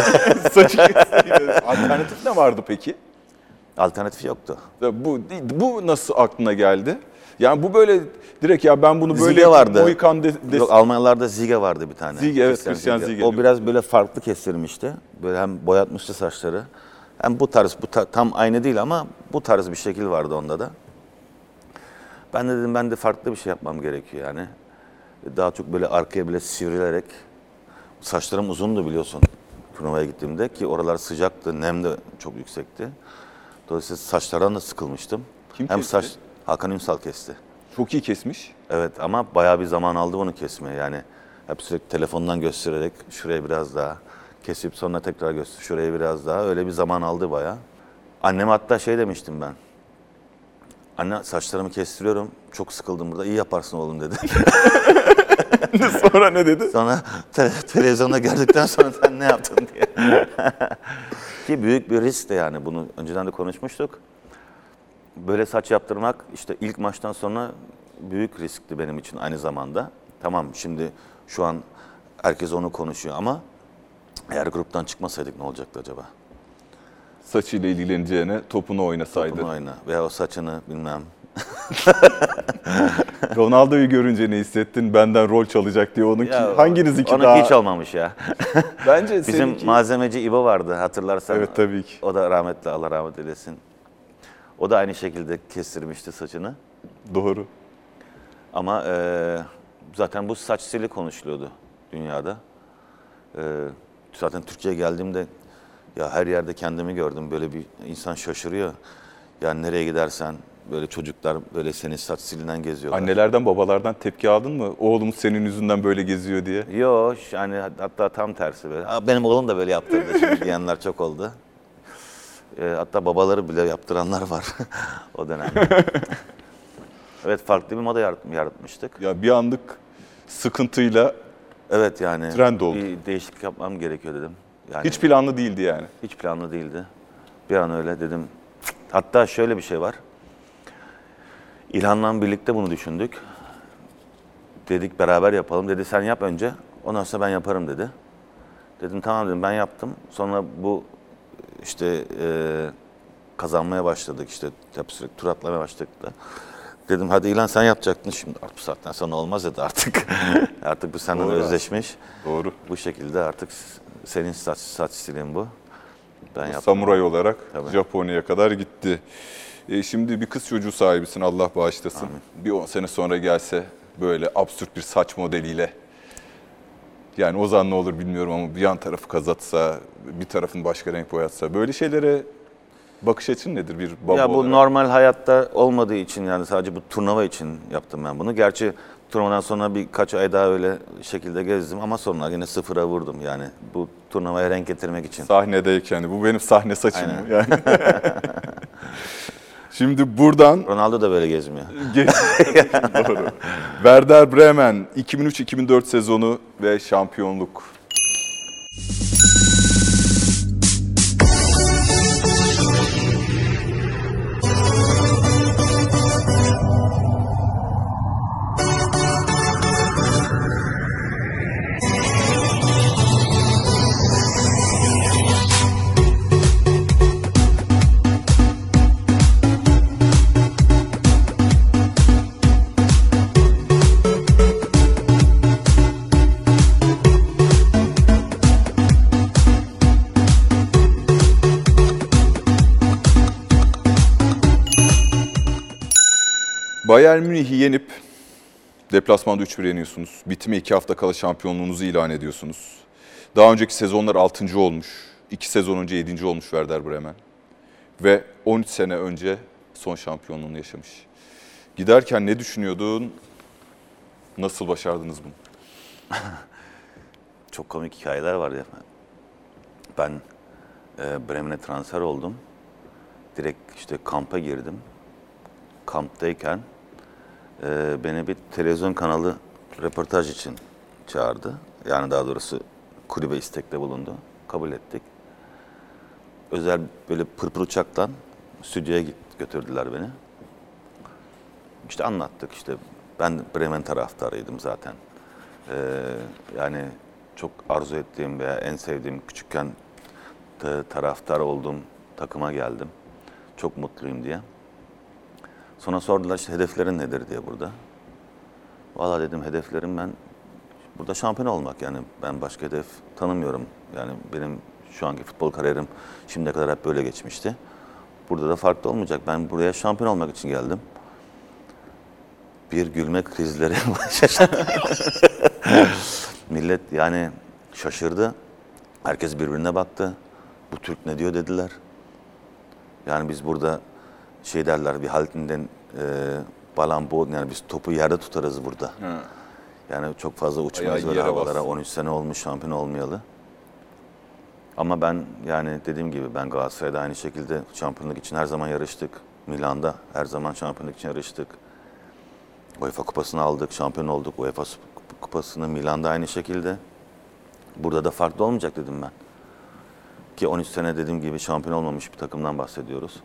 Alternatif ne vardı peki? Alternatif yoktu. Bu nasıl aklına geldi? Yani bu böyle direkt ya ben bunu böyle Ziege vardı. Mohikan Yok, Almanyalarda Ziege vardı bir tane. Ziege, evet, Christian Ziege. O biraz böyle farklı kestirmişti. Böyle hem boyatmıştı saçları. Hem bu tarz, tam aynı değil ama bu tarz bir şekil vardı onda da. Ben de dedim ben de farklı bir şey yapmam gerekiyor yani. Daha çok böyle arkaya bile sivrilerek. Saçlarım uzundu biliyorsun turnuvaya gittiğimde ki oralar sıcaktı, nem de çok yüksekti. Dolayısıyla saçlardan da sıkılmıştım. Kim hem kesti? Hakan Ünsal kesti. Çok iyi kesmiş. Evet ama bayağı bir zaman aldı bunu kesmeye yani. Hep sürekli telefondan göstererek şuraya biraz daha kesip sonra tekrar göster şuraya biraz daha öyle bir zaman aldı bayağı. Anneme hatta şey demiştim ben. Anne saçlarımı kestiriyorum çok sıkıldım burada iyi yaparsın oğlum dedi. Sonra ne dedi? Sonra televizyonda gördükten sonra sen ne yaptın diye. Ki büyük bir risk de yani bunu önceden de konuşmuştuk. Böyle saç yaptırmak işte ilk maçtan sonra büyük riskti benim için aynı zamanda. Tamam şimdi şu an herkes onu konuşuyor ama eğer gruptan çıkmasaydık ne olacaktı acaba? Saçıyla ilgileneceğine topunu oynasaydı. Topunu oyna veya o saçını bilmem Ronaldo'yu görünce ne hissettin? Benden rol çalacak diye onun Ya, hanginizinki onunki daha? hiç olmamış ya. Bence Bizim seninki... malzemeci İbo vardı hatırlarsan. Evet, tabii ki. O da rahmetli, Allah rahmet eylesin. O da aynı şekilde kestirmişti saçını. Doğru. Ama zaten bu saç stili konuşuluyordu dünyada. Zaten Türkiye'ye geldiğimde ya her yerde kendimi gördüm. Böyle bir insan şaşırıyor. Yani nereye gidersen böyle çocuklar böyle senin saç stilinden geziyorlar. Annelerden, babalardan tepki aldın mı? Oğlumuz senin yüzünden böyle geziyor diye. Yok yani hatta tam tersi böyle. Benim oğlum da böyle yaptırdı şimdi diyenler çok oldu. Hatta babaları bile yaptıranlar var o dönemde. Evet, farklı bir moda yaratmıştık. Ya bir anlık sıkıntıyla Evet yani trend oldu. bir değişiklik yapmam gerekiyor dedim. Yani Hiç planlı değildi yani. hiç planlı değildi. Bir an öyle dedim. Hatta şöyle bir şey var. İlhan'la birlikte bunu düşündük. Dedik beraber yapalım. Dedi sen yap önce. Ondan sonra ben yaparım dedi. Dedim tamam dedim, ben yaptım. Sonra bu işte kazanmaya başladık, işte sürekli tur atlamaya başladık da. Dedim hadi İlhan sen yapacaktın, şimdi bu saatten sonra olmaz dedi artık. Artık bu senden Doğru. özleşmiş. Doğru. Bu şekilde artık senin saç stilin bu. Ben yaptım. Samuray olarak Tabii. Japonya'ya kadar gitti. Şimdi bir kız çocuğu sahibisin, Allah bağışlasın. Amin. Bir 10 sene sonra gelse böyle absürt bir saç modeliyle. Yani o zaman ne olur bilmiyorum ama bir yan tarafı kazatsa, bir tarafını başka renk boyatsa. Böyle şeylere bakış açın nedir bir baba Ya bu olarak? normal hayatta olmadığı için, yani sadece bu turnuva için yaptım ben bunu. Gerçi turnuvadan sonra birkaç ay daha öyle şekilde gezdim ama sonra yine sıfıra vurdum yani. Bu turnuvaya renk getirmek için. Sahnedeyken bu benim sahne saçım Aynen. yani. Şimdi buradan Ronaldo da böyle gezmiyor. Doğru. Werder Bremen 2003-2004 sezonu ve şampiyonluk. Bayern Münih'i yenip deplasmanda 3-1 yeniyorsunuz. Bitime 2 hafta kala şampiyonluğunuzu ilan ediyorsunuz. Daha önceki sezonlar 6. olmuş. 2 sezon önce 7. olmuş Werder Bremen. Ve 13 sene önce son şampiyonluğunu yaşamış. Giderken ne düşünüyordun? Nasıl başardınız bunu? Çok komik hikayeler var ya. Ben Bremen'e transfer oldum. Direkt işte kampa girdim. Kamptayken beni bir televizyon kanalı röportaj için çağırdı. Yani daha doğrusu kulübe istekte bulundu. Kabul ettik. Özel böyle pırpır uçaktan stüdyoya götürdüler beni. İşte anlattık, işte ben Bremen taraftarıydım zaten. Yani çok arzu ettiğim veya en sevdiğim, küçükken taraftar olduğum takıma geldim. Çok mutluyum diye. Sonra sordular işte hedeflerin nedir diye burada. Vallahi dedim hedeflerim ben burada şampiyon olmak, yani ben başka hedef tanımıyorum. Yani benim şu anki futbol kariyerim şimdiye kadar hep böyle geçmişti. Burada da farklı olmayacak. Ben buraya şampiyon olmak için geldim. Bir gülme krizleri başladı. Millet yani şaşırdı. Herkes birbirine baktı. Bu Türk ne diyor dediler. Yani biz burada şey derler, bir haltinden balambo, yani biz topu yerde tutarız burada. Ha. Yani çok fazla uçmayız Ayağı öyle yere havalara. bassın. 13 sene olmuş şampiyon olmayalı. Ama ben yani dediğim gibi ben Galatasaray'da aynı şekilde şampiyonluk için her zaman yarıştık. Milan'da her zaman şampiyonluk için yarıştık. UEFA Kupası'nı aldık, şampiyon olduk. UEFA Kupası'nı Milan'da aynı şekilde. Burada da farklı olmayacak dedim ben. Ki 13 sene dediğim gibi şampiyon olmamış bir takımdan bahsediyoruz.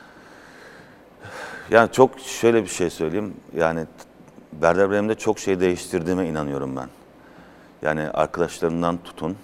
Yani çok şöyle bir şey söyleyeyim. Yani Werder Bremen'de çok şey değiştirdiğime inanıyorum ben. Yani arkadaşlarından tutun,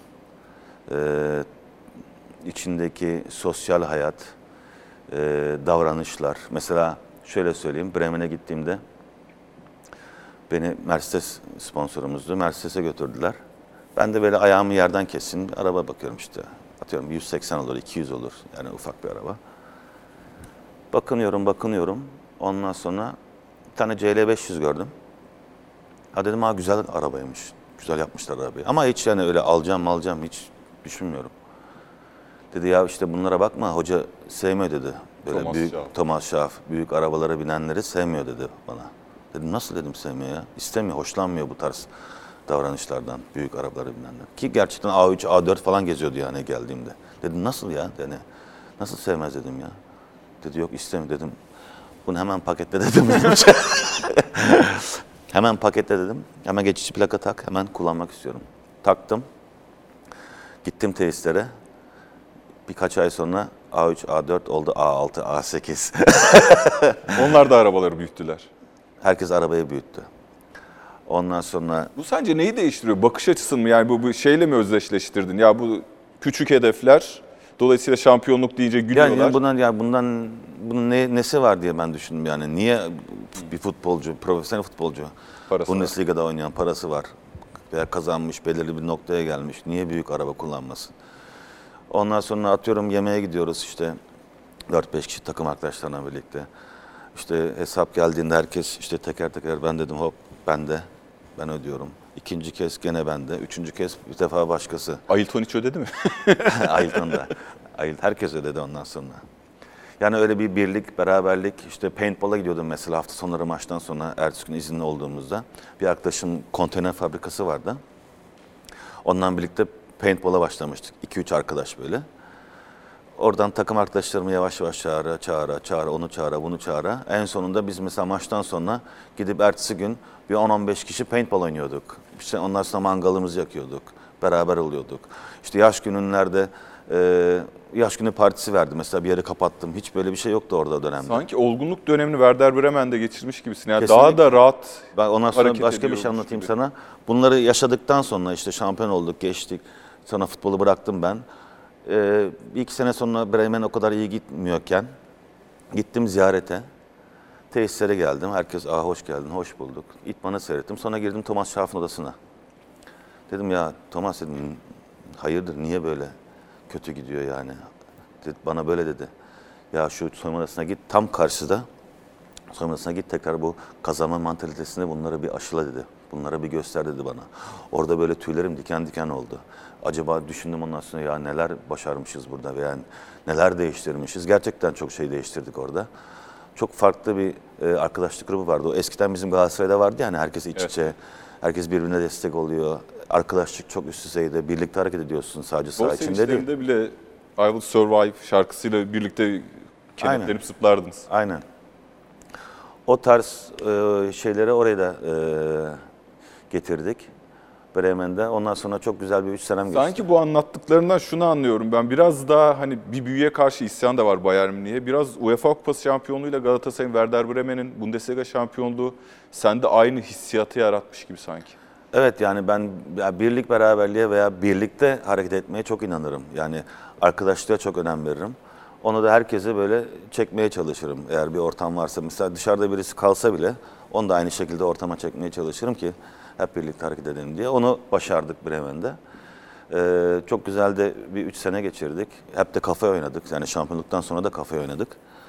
içindeki sosyal hayat, davranışlar. Mesela şöyle söyleyeyim. Bremen'e gittiğimde beni Mercedes sponsorumuzdu. Mercedes'e götürdüler. Ben de böyle ayağımı yerden kessin. Araba bakıyorum işte. Atıyorum 180 olur, 200 olur. Yani ufak bir araba. Bakınıyorum. Ondan sonra bir tane CL500 gördüm. Ha dedim ha güzel arabaymış. Güzel yapmışlar arabayı. Ama hiç yani öyle alacağım hiç düşünmüyorum. Dedi ya işte bunlara bakma hoca sevmiyor dedi. Böyle Thomas Schaaf büyük arabalara binenleri sevmiyor dedi bana. Dedim nasıl dedim sevmiyor ya. İstemiyor, hoşlanmıyor bu tarz davranışlardan büyük arabalara binenler. Ki gerçekten A3, A4 falan geziyordu yani geldiğimde. Dedim nasıl ya? Yani, nasıl sevmez dedim ya. Dedi yok istemiyor dedim. Bunu hemen paketle dedim. Hemen paketle dedim. Hemen geçici plaka tak. Hemen kullanmak istiyorum. Taktım. Gittim tesislere. Birkaç ay sonra A3, A4 oldu A6, A8. Onlar da arabaları büyüttüler. Herkes arabayı büyüttü. Ondan sonra... Bu sence neyi değiştiriyor? Bakış açısını mı? Yani bu şeyle mi özdeşleştirdin? Ya bu küçük hedefler, dolayısıyla şampiyonluk deyince gülüyorlar. Bunun nesi var diye ben düşündüm yani. Niye bir futbolcu, profesyonel futbolcu, Bundesliga'da oynayan parası var veya kazanmış, belirli bir noktaya gelmiş. Niye büyük araba kullanmasın? Ondan sonra atıyorum yemeğe gidiyoruz işte 4-5 kişi takım arkadaşlarla birlikte. İşte hesap geldiğinde herkes işte teker teker ben dedim hop ben ödüyorum. İkinci kez gene bende. Üçüncü kez bir defa başkası. Ailton hiç ödedi mi? Ailton da. Herkes ödedi ondan sonra. Yani öyle bir birlik, beraberlik. İşte paintball'a gidiyordum mesela hafta sonları maçtan sonra ertesi gün izinli olduğumuzda. Bir arkadaşım konteyner fabrikası vardı. Ondan birlikte paintball'a başlamıştık. 2-3 arkadaş böyle. Oradan takım arkadaşlarımı yavaş yavaş çağıra, onu çağıra, bunu çağıra. En sonunda biz mesela maçtan sonra gidip ertesi gün bir 10-15 kişi paintball oynuyorduk. İşte ondan sonra mangalımızı yakıyorduk. Beraber oluyorduk. İşte yaş günlerde yaş günü partisi verdi. Mesela bir yeri kapattım. Hiç böyle bir şey yoktu orada o dönemde. Sanki olgunluk dönemini Werder Bremen'de geçirmiş gibisin. Yani kesinlikle. daha da rahat. Ben ondan sonra başka bir şey anlatayım sana. Bunları yaşadıktan sonra işte şampiyon olduk, geçtik. Sonra futbolu bıraktım ben. Bir iki sene sonra Bremen o kadar iyi gitmiyorken gittim ziyarete. Tesislere geldim. Herkes hoş geldin, hoş bulduk. İtmanı seyrettim. Sonra girdim Thomas Schaaf'ın odasına. Dedim ya Thomas dedim hayırdır niye böyle kötü gidiyor yani. Bana böyle dedi. Ya şu soyunma odasına git tam karşıda. Soyunma odasına git tekrar bu kazanma mantalitesini bunları bir aşıla dedi. Bunlara bir göster dedi bana. Orada böyle tüylerim diken diken oldu. Acaba düşündüm ondan sonra ya neler başarmışız burada veya neler değiştirmişiz. Gerçekten çok şey değiştirdik orada. Çok farklı bir arkadaşlık grubu vardı. O eskiden bizim Galatasaray'da vardı yani herkes iç içe. Herkes birbirine destek oluyor. Arkadaşlık çok üst düzeyde. Birlikte hareket ediyorsun sadece saha içinde değil. O bile I Will Survive şarkısıyla birlikte kenetlenip zıplardınız. Aynen. O tarz şeyleri oraya da getirdik. Bremen'de. Ondan sonra çok güzel bir 3 senem geçti. Sanki bu anlattıklarından şunu anlıyorum ben. Biraz daha hani bir büyüye karşı isyan da var Bayern Münih'e. Biraz UEFA Kupası şampiyonluğuyla Galatasaray'ın Werder Bremen'in Bundesliga şampiyonluğu sende aynı hissiyatı yaratmış gibi sanki. Evet yani ben birlik beraberliğe veya birlikte hareket etmeye çok inanırım. Yani arkadaşlığa çok önem veririm. Onu da herkese böyle çekmeye çalışırım. Eğer bir ortam varsa mesela dışarıda birisi kalsa bile onu da aynı şekilde ortama çekmeye çalışırım ki hep birlikte hareket edelim diye. Onu başardık Bremen'de. Çok güzel de bir 3 sene geçirdik. Hep de kafaya oynadık. Yani şampiyonluktan sonra da kafaya oynadık.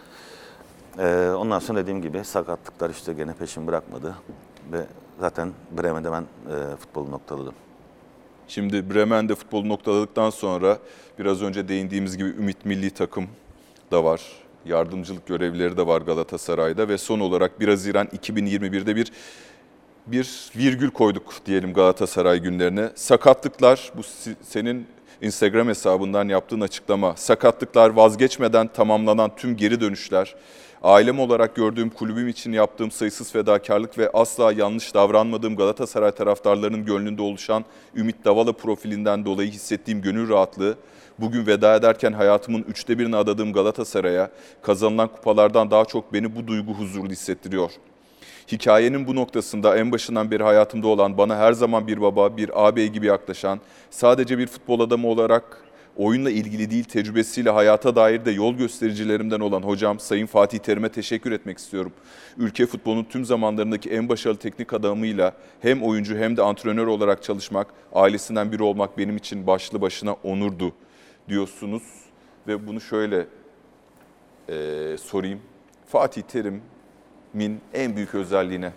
Ondan sonra dediğim gibi sakatlıklar işte gene peşimi bırakmadı. Ve zaten Bremen'de ben futbolu noktaladım. Şimdi Bremen'de futbolu noktaladıktan sonra biraz önce değindiğimiz gibi Ümit Milli Takım da var. Yardımcılık görevlileri de var Galatasaray'da ve son olarak 1 Haziran 2021'de bir virgül koyduk diyelim Galatasaray günlerine. Sakatlıklar, bu senin Instagram hesabından yaptığın açıklama. Sakatlıklar, vazgeçmeden tamamlanan tüm geri dönüşler, ailem olarak gördüğüm kulübüm için yaptığım sayısız fedakarlık ve asla yanlış davranmadığım Galatasaray taraftarlarının gönlünde oluşan Ümit Davala profilinden dolayı hissettiğim gönül rahatlığı, bugün veda ederken hayatımın 1/3'ünü adadığım Galatasaray'a kazanılan kupalardan daha çok beni bu duygu huzurlu hissettiriyor. Hikayenin bu noktasında en başından beri hayatımda olan, bana her zaman bir baba, bir ağabey gibi yaklaşan, sadece bir futbol adamı olarak oyunla ilgili değil, tecrübesiyle hayata dair de yol göstericilerimden olan hocam Sayın Fatih Terim'e teşekkür etmek istiyorum. Ülke futbolunun tüm zamanlarındaki en başarılı teknik adamıyla hem oyuncu hem de antrenör olarak çalışmak, ailesinden biri olmak benim için başlı başına onurdu diyorsunuz. Ve bunu şöyle sorayım. Fatih Terim'in en büyük özelliği ne?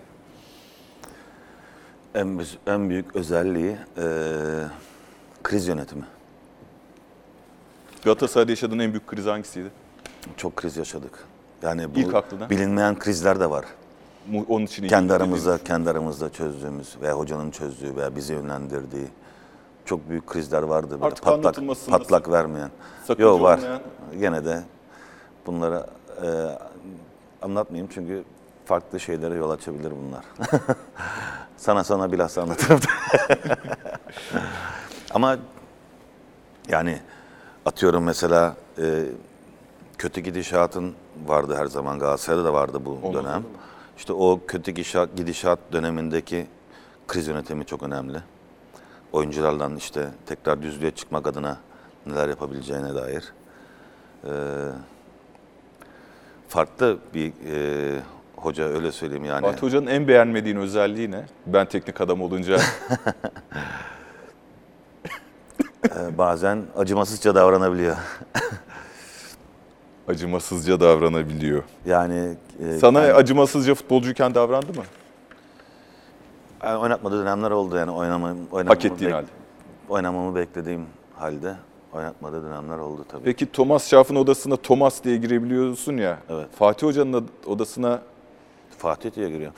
En büyük özelliği kriz yönetimi. Galatasaray'da yaşadığın en büyük kriz hangisiydi? Çok kriz yaşadık. Yani bu İlk aklına? bilinmeyen krizler de var. Onun için Kendi aramızda çözdüğümüz veya hocanın çözdüğü veya bizi yönlendirdiği çok büyük krizler vardı. Böyle Artık anlatılmasın patlak vermeyen. Sakınca Yok var. olmayan. Gene de bunlara anlatmayayım çünkü farklı şeylere yol açabilir bunlar. Sana bilhassa anlatırım. Ama yani atıyorum mesela kötü gidişatın vardı her zaman. Galatasaray'da da vardı bu dönem. İşte o kötü gidişat dönemindeki kriz yönetimi çok önemli. Oyuncularla işte tekrar düzlüğe çıkmak adına neler yapabileceğine dair. Farklı bir hoca, öyle söyleyeyim yani. Fatih Hoca'nın en beğenmediğin özelliği ne? Ben teknik adam olunca. Bazen acımasızca davranabiliyor. Acımasızca davranabiliyor. Yani sana acımasızca futbolcuyken davrandı mı? Yani oynatmadığı dönemler oldu yani Hak ettiğin halde. Oynamamı beklediğim halde oynatmadığı dönemler oldu tabii. Peki Thomas Schaaf'ın odasına Thomas diye girebiliyorsun ya. Evet. Fatih Hoca'nın odasına Fatih diye giriyor.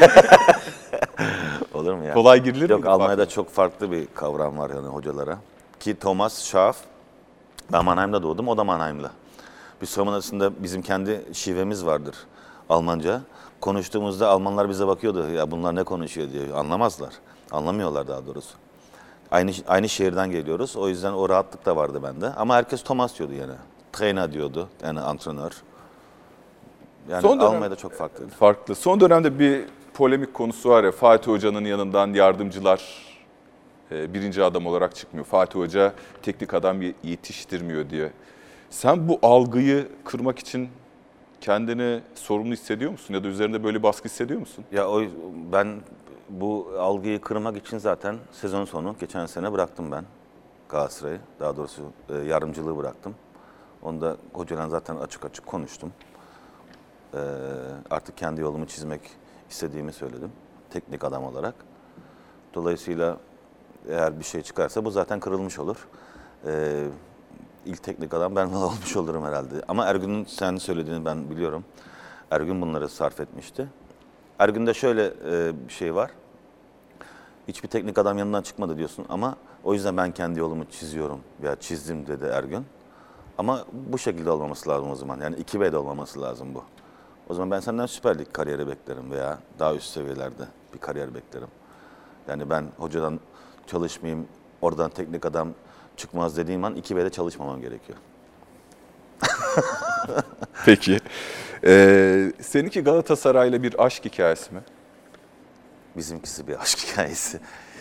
Olur mu ya? Kolay girilir mi? Yok, Almanya'da çok farklı bir kavram var yani hocalara. Ki Thomas Schaaf, ben Mannheim'da doğdum, o da Mannheim'lı. Biz soyunma odasında bizim kendi şivemiz vardır Almanca. Konuştuğumuzda Almanlar bize bakıyordu, ya bunlar ne konuşuyor diye, anlamazlar. Anlamıyorlar daha doğrusu. Aynı şehirden geliyoruz, o yüzden o rahatlık da vardı bende. Ama herkes Thomas diyordu yani. Trainer diyordu, yani antrenör. Yani Almanya'da çok farklı. Farklı. Son dönemde bir polemik konusu var ya, Fatih Hoca'nın yanından yardımcılar birinci adam olarak çıkmıyor. Fatih Hoca teknik adam yetiştirmiyor diye. Sen bu algıyı kırmak için kendini sorumlu hissediyor musun? Ya da üzerinde böyle baskı hissediyor musun? Ya ben bu algıyı kırmak için zaten sezon sonu geçen sene bıraktım ben Galatasaray'ı. Daha doğrusu yardımcılığı bıraktım. Onda hocayla zaten açık açık konuştum. Artık kendi yolumu çizmek istediğimi söyledim teknik adam olarak. Dolayısıyla eğer bir şey çıkarsa bu zaten kırılmış olur. İlk teknik adam ben olmuş olurum herhalde. Ama Ergün'ün sen söylediğini ben biliyorum. Ergün bunları sarf etmişti. Ergün'de şöyle bir şey var. Hiçbir teknik adam yanından çıkmadı diyorsun ama o yüzden ben kendi yolumu çiziyorum veya çizdim dedi Ergün. Ama bu şekilde olmaması lazım o zaman. Yani 2B'de olmaması lazım bu. O zaman ben senden Süper Lig kariyeri beklerim veya daha üst seviyelerde bir kariyer beklerim. Yani ben hocadan çalışmayayım, oradan teknik adam çıkmaz dediğim an 2B'de çalışmamam gerekiyor. Peki. Seninki Galatasaray'la bir aşk hikayesi mi? Bizimkisi bir aşk hikayesi.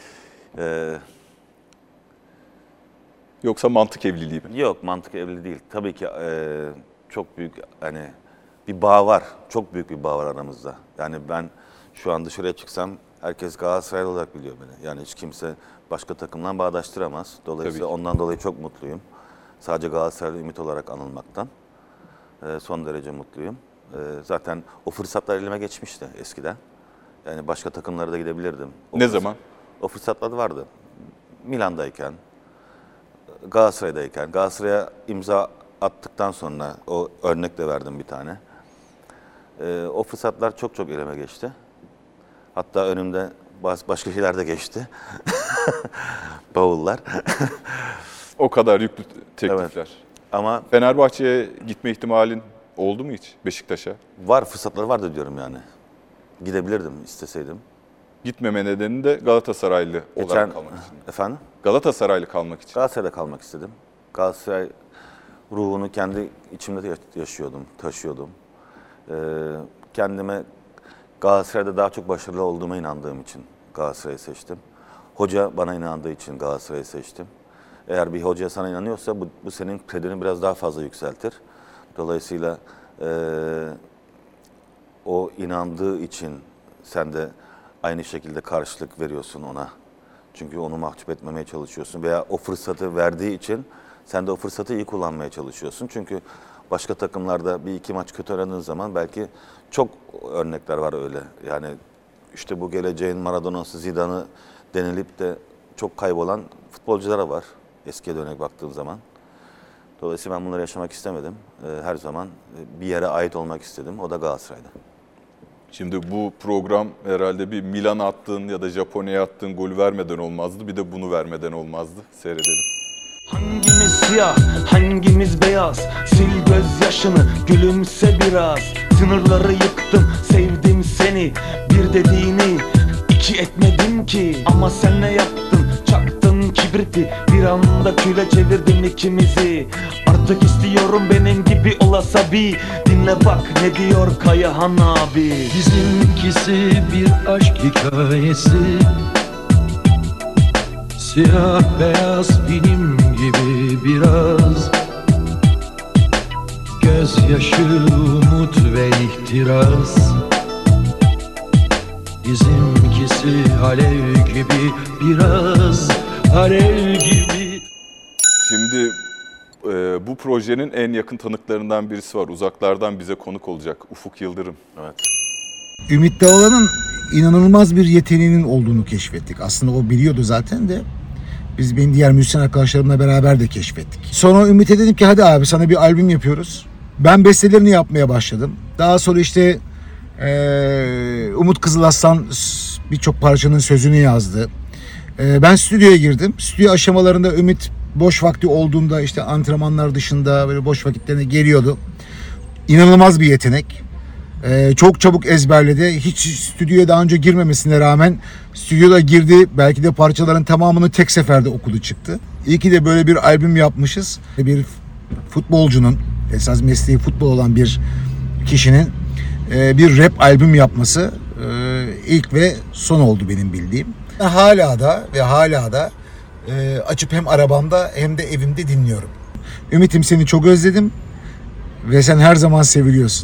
Yoksa mantık evliliği mi? Yok, mantık evliliği değil. Tabii ki çok büyük hani bir bağ var. Çok büyük bir bağ var aramızda. Yani ben şu an dışarıya çıksam herkes Galatasaraylı olarak biliyor beni. Yani hiç kimse başka takımdan bağdaştıramaz. Dolayısıyla ondan dolayı çok mutluyum. Sadece Galatasaraylı Ümit olarak anılmaktan son derece mutluyum. Zaten o fırsatlar elime geçmişti eskiden. Yani başka takımlara da gidebilirdim. Ne zaman? O fırsatlar vardı. Milan'dayken, Galatasaray'dayken, Galatasaray'a imza attıktan sonra o örnek de verdim bir tane. O fırsatlar çok elime geçti. Hatta önümde başka şeyler de geçti. Bavullar. O kadar yüklü teklifler. Evet. Ama Fenerbahçe'ye gitme ihtimalin oldu mu hiç? Beşiktaş'a? var, fırsatlar vardı diyorum yani. Gidebilirdim isteseydim. Gitmeme nedeni de Galatasaraylı olarak kalmak için. Efendim? Galatasaraylı kalmak için. Galatasaray'da kalmak istedim. Galatasaray ruhunu kendi içimde taşıyordum. Kendime Galatasaray'da daha çok başarılı olduğuma inandığım için Galatasaray'ı seçtim. Hoca bana inandığı için Galatasaray'ı seçtim. Eğer bir hoca sana inanıyorsa bu senin kredini biraz daha fazla yükseltir. Dolayısıyla o inandığı için sen de aynı şekilde karşılık veriyorsun ona. Çünkü onu mahcup etmemeye çalışıyorsun. Veya o fırsatı verdiği için sen de o fırsatı iyi kullanmaya çalışıyorsun. Çünkü başka takımlarda bir iki maç kötü oynadığın zaman belki çok örnekler var öyle. Yani işte bu geleceğin Maradona'sı, Zidane'ı denilip de çok kaybolan futbolcular var. Eskiye dönek baktığın zaman. Dolayısıyla ben bunları yaşamak istemedim. Her zaman bir yere ait olmak istedim. O da Galatasaray'da. Şimdi bu program herhalde bir Milan'a attığın ya da Japonya'ya attığın golü vermeden olmazdı. Bir de bunu vermeden olmazdı. Seyredelim. Hangimiz siyah, hangimiz beyaz? Sil gözyaşını, gülümse biraz. Sınırları yıktım, sevdim seni. Bir dediğini iki etmedim ki. Ama sen ne yaptın? Çaktın kibriti. Bir anda küle çevirdin ikimizi. Artık istiyorum benim gibi ol asabi. Dinle bak ne diyor Kayahan abi. Bizimkisi bir aşk hikayesi. Siyah beyaz benim gibi biraz. Gözyaşı, umut ve ihtiras. Bizimkisi alev gibi biraz, alev gibi. Şimdi bu projenin en yakın tanıklarından birisi var. Uzaklardan bize konuk olacak. Ufuk Yıldırım. Evet. Ümit Davala'nın inanılmaz bir yeteneğinin olduğunu keşfettik. Aslında o biliyordu zaten de. Biz benim diğer müzisyen arkadaşlarımla beraber de keşfettik. Sonra Ümit'e dedim ki hadi abi sana bir albüm yapıyoruz. Ben bestelerini yapmaya başladım. Daha sonra işte Umut Kızılaslan birçok parçanın sözünü yazdı. Ben stüdyoya girdim. Stüdyo aşamalarında Ümit boş vakti olduğunda işte antrenmanlar dışında böyle boş vakitlerine geliyordu. İnanılmaz bir yetenek. Çok çabuk ezberledi. Hiç stüdyoya daha önce girmemesine rağmen stüdyoda girdi. Belki de parçaların tamamını tek seferde okudu çıktı. İyi ki de böyle bir albüm yapmışız. Bir futbolcunun, esas mesleği futbol olan bir kişinin bir rap albüm yapması ilk ve son oldu benim bildiğim. Hala da açıp hem arabamda hem de evimde dinliyorum. Ümit'im seni çok özledim ve sen her zaman seviliyorsun.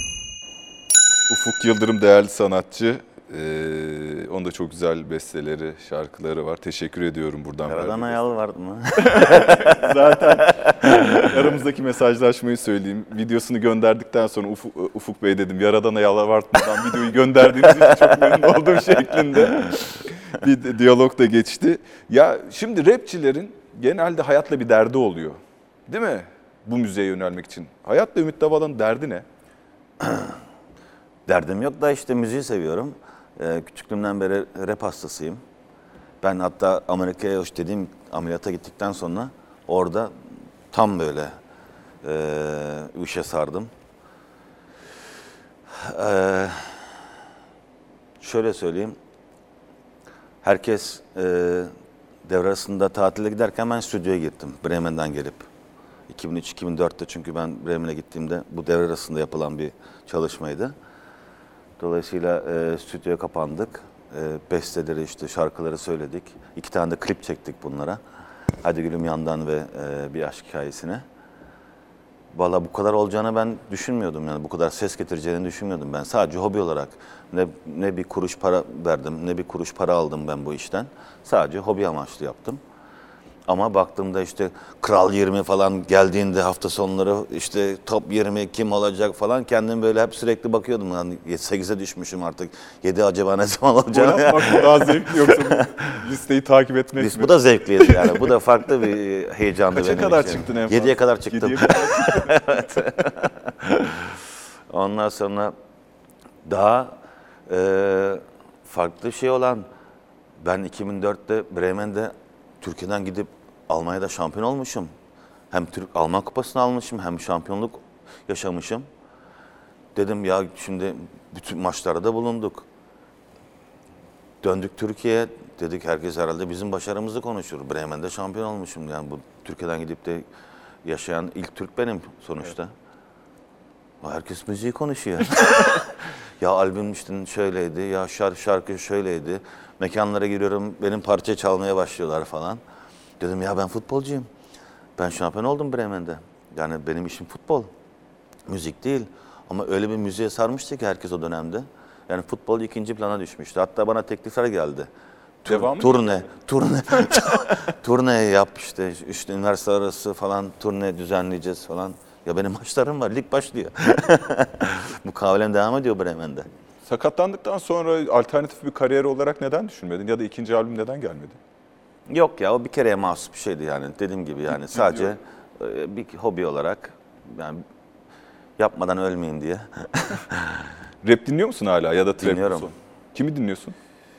Ufuk Yıldırım değerli sanatçı. Onun da çok güzel besteleri, şarkıları var. Teşekkür ediyorum buradan. Yaradan ayalı vardı mı? Zaten aramızdaki mesajlaşmayı söyleyeyim. Videosunu gönderdikten sonra Ufuk Bey dedim. Yaradan ayalı vartmadan videoyu gönderdiğiniz için çok memnun oldum şeklinde. Bir diyalog da geçti. Ya şimdi rapçilerin genelde hayatla bir derdi oluyor. Değil mi? Bu müziğe yönelmek için. Hayatla Ümit Davala'nın derdi ne? Derdim yok da işte müziği seviyorum. Küçüklüğümden beri rap hastasıyım. Ben hatta Amerika'ya dediğim ameliyata gittikten sonra orada tam böyle işe sardım. Şöyle söyleyeyim. Herkes devre arasında tatile giderken ben stüdyoya gittim. Bremen'den gelip. 2003-2004'te çünkü ben Bremen'e gittiğimde bu devre arasında yapılan bir çalışmaydı. Dolayısıyla stüdyoya kapandık. Besteleri işte şarkıları söyledik. 2 tane de klip çektik bunlara. Hadi Gülüm Yandan ve bir aşk hikayesine. Valla bu kadar olacağını ben düşünmüyordum. Yani bu kadar ses getireceğini düşünmüyordum ben. Sadece hobi olarak ne bir kuruş para verdim, ne bir kuruş para aldım ben bu işten. Sadece hobi amaçlı yaptım. Ama baktığımda işte Kral 20 falan geldiğinde hafta sonları işte top 20 kim olacak falan kendim böyle hep sürekli bakıyordum. Yani 8'e düşmüşüm artık. 7 acaba ne zaman olacak? Bu yapmak mı daha zevkli yoksa bu listeyi takip etmek mi? Bu da zevkliydi yani. Bu da farklı bir heyecandı benim için. Kaça kadar çıktın en fazla? 7'ye kadar çıktım. 7'ye kadar çıktım. Evet. Ondan sonra daha farklı şey olan ben 2004'te Bremen'de Türkiye'den gidip Almanya'da şampiyon olmuşum. Hem Alman kupasını almışım hem şampiyonluk yaşamışım. Dedim ya şimdi bütün maçlarda bulunduk. Döndük Türkiye'ye dedik herkes herhalde bizim başarımızı konuşur. Bremen'de şampiyon olmuşum yani bu Türkiye'den gidip de yaşayan ilk Türk benim sonuçta. Evet. Herkes müziği konuşuyor. Ya albüm işte şöyleydi, ya şarkı şöyleydi. Mekanlara giriyorum benim parça çalmaya başlıyorlar falan. Dedim ya ben futbolcuyum. Ben şampiyon oldum Bremen'de. Yani benim işim futbol. Müzik değil. Ama öyle bir müziğe sarmıştı ki herkes o dönemde. Yani futbol ikinci plana düşmüştü. Hatta bana teklifler geldi. Turne yap işte üniversite arası falan turne düzenleyeceğiz falan. Ya benim maçlarım var, lig başlıyor. Mukavelem devam ediyor Bremen'de. Sakatlandıktan sonra alternatif bir kariyer olarak neden düşünmedin? Ya da ikinci albüm neden gelmedi? Yok ya, o bir kereye mahsus bir şeydi yani. Dediğim gibi yani sadece bir hobi olarak yani yapmadan ölmeyeyim diye. Rap dinliyor musun hala ya da trap? Dinliyorum. Kimi dinliyorsun?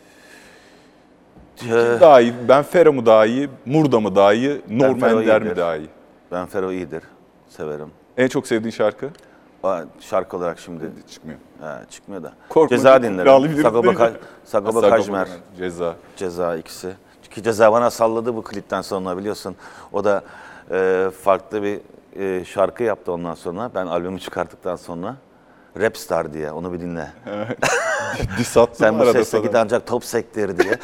Kim daha iyi? Ben Fero mu daha iyi? Murda mı daha iyi? Norm Ender mi daha iyi? Ben Fero iyidir. Severim. En çok sevdiğin şarkı? Şarkı olarak şimdi çıkmıyor. Çıkmıyor da. Korkma, Ceza dinlerim. Sagopa Sagopa Kajmer. Ceza. Ceza ikisi. Çünkü Ceza bana salladı bu klipten sonra biliyorsun. O da farklı bir şarkı yaptı ondan sonra. Ben albümü çıkarttıktan sonra. Rapstar diye, onu bir dinle. Sen bu sesle git ancak top sektir diye.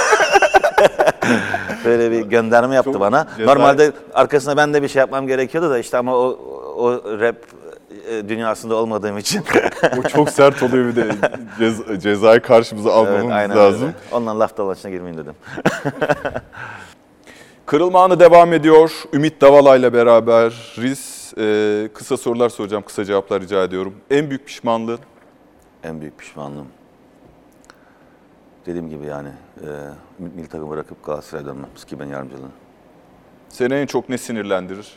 Böyle bir gönderme yaptı çok bana. Normalde arkasına ben de bir şey yapmam gerekiyordu da işte ama o rap dünyasında olmadığım için. O çok sert oluyor bir de Cezayı karşımıza almamız lazım. Öyle. Ondan laf dalaşına girmeyeyim dedim. Kırılma anı devam ediyor. Ümit Davala'yla beraberiz. Kısa sorular soracağım, kısa cevaplar rica ediyorum. En büyük pişmanlığın? En büyük pişmanlığım. Dediğim gibi yani milli takımı bırakıp Galatasaray'a dönmem. Skiben yardımcılığına. Seni en çok ne sinirlendirir?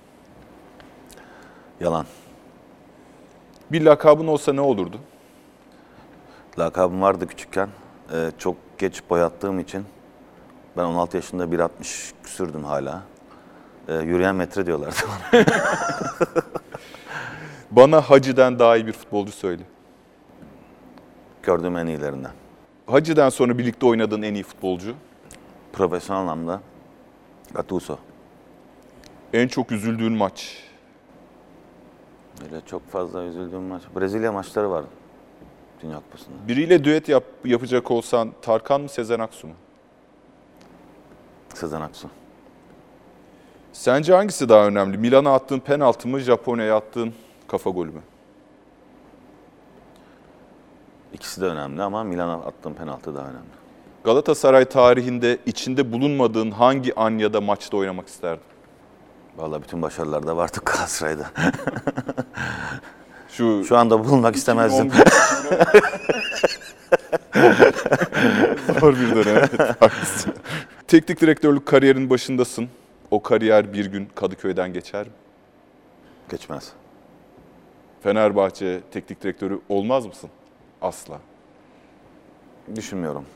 Yalan. Bir lakabın olsa ne olurdu? Lakabım vardı küçükken. Çok geç boyattığım için ben 16 yaşında 1.60 küsürdüm hala. Yürüyen metre diyorlardı bana. Bana Hacı'den daha iyi bir futbolcu söyle. Gördüğüm en iyilerinden. Hacı'den sonra birlikte oynadığın en iyi futbolcu? Profesyonel anlamda Gattuso. En çok üzüldüğün maç? Öyle çok fazla üzüldüğüm maç. Brezilya maçları var Dünya Kupası'nda. Biriyle düet yapacak olsan Tarkan mı Sezen Aksu mu? Sezen Aksu. Sence hangisi daha önemli? Milan'a attığın penaltı mı, Japonya'ya attığın kafa golü mü? İkisi de önemli ama Milan'a attığım penaltı daha önemli. Galatasaray tarihinde içinde bulunmadığın hangi an ya da maçta oynamak isterdin? Vallahi bütün başarılarda vardık Galatasaray'da. Şu anda bulunmak istemezdim. Zor bir dönem, evet, haklısın. Teknik direktörlük kariyerin başındasın. O kariyer bir gün Kadıköy'den geçer mi? Geçmez. Fenerbahçe teknik direktörü olmaz mısın? Asla. Düşünmüyorum.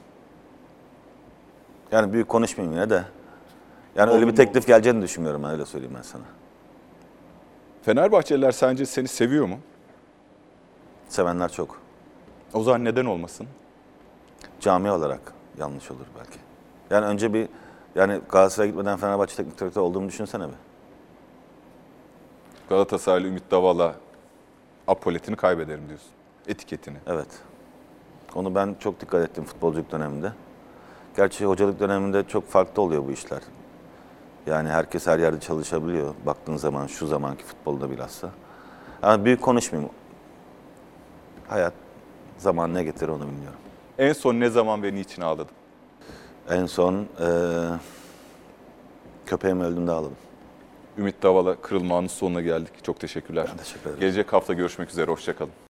Yani büyük konuşmayayım yine de. Yani öyle bir teklif geleceğini düşünmüyorum, ben öyle söyleyeyim ben sana. Fenerbahçeliler sence seni seviyor mu? Sevenler çok. O zaman neden olmasın? Cami olarak yanlış olur belki. Yani önce yani Galatasaray'a gitmeden Fenerbahçe teknik direktör olduğumu düşünsene bir. Galatasaraylı Ümit Davala apoletini kaybederim diyorsun. Etiketini. Evet. Onu ben çok dikkat ettim futbolculuk döneminde. Gerçi hocalık döneminde çok farklı oluyor bu işler. Yani herkes her yerde çalışabiliyor. Baktığın zaman şu zamanki futbolda bilhassa. Ama büyük konuşmayayım. Hayat, zaman ne getirir onu bilmiyorum. En son ne zaman ve niçin ağladın? En son köpeğim öldüğünde ağladım. Ümit Davala kırılma anının sonuna geldik. Çok teşekkürler. Ben teşekkür ederim. Gelecek hafta görüşmek üzere. Hoşça kalın.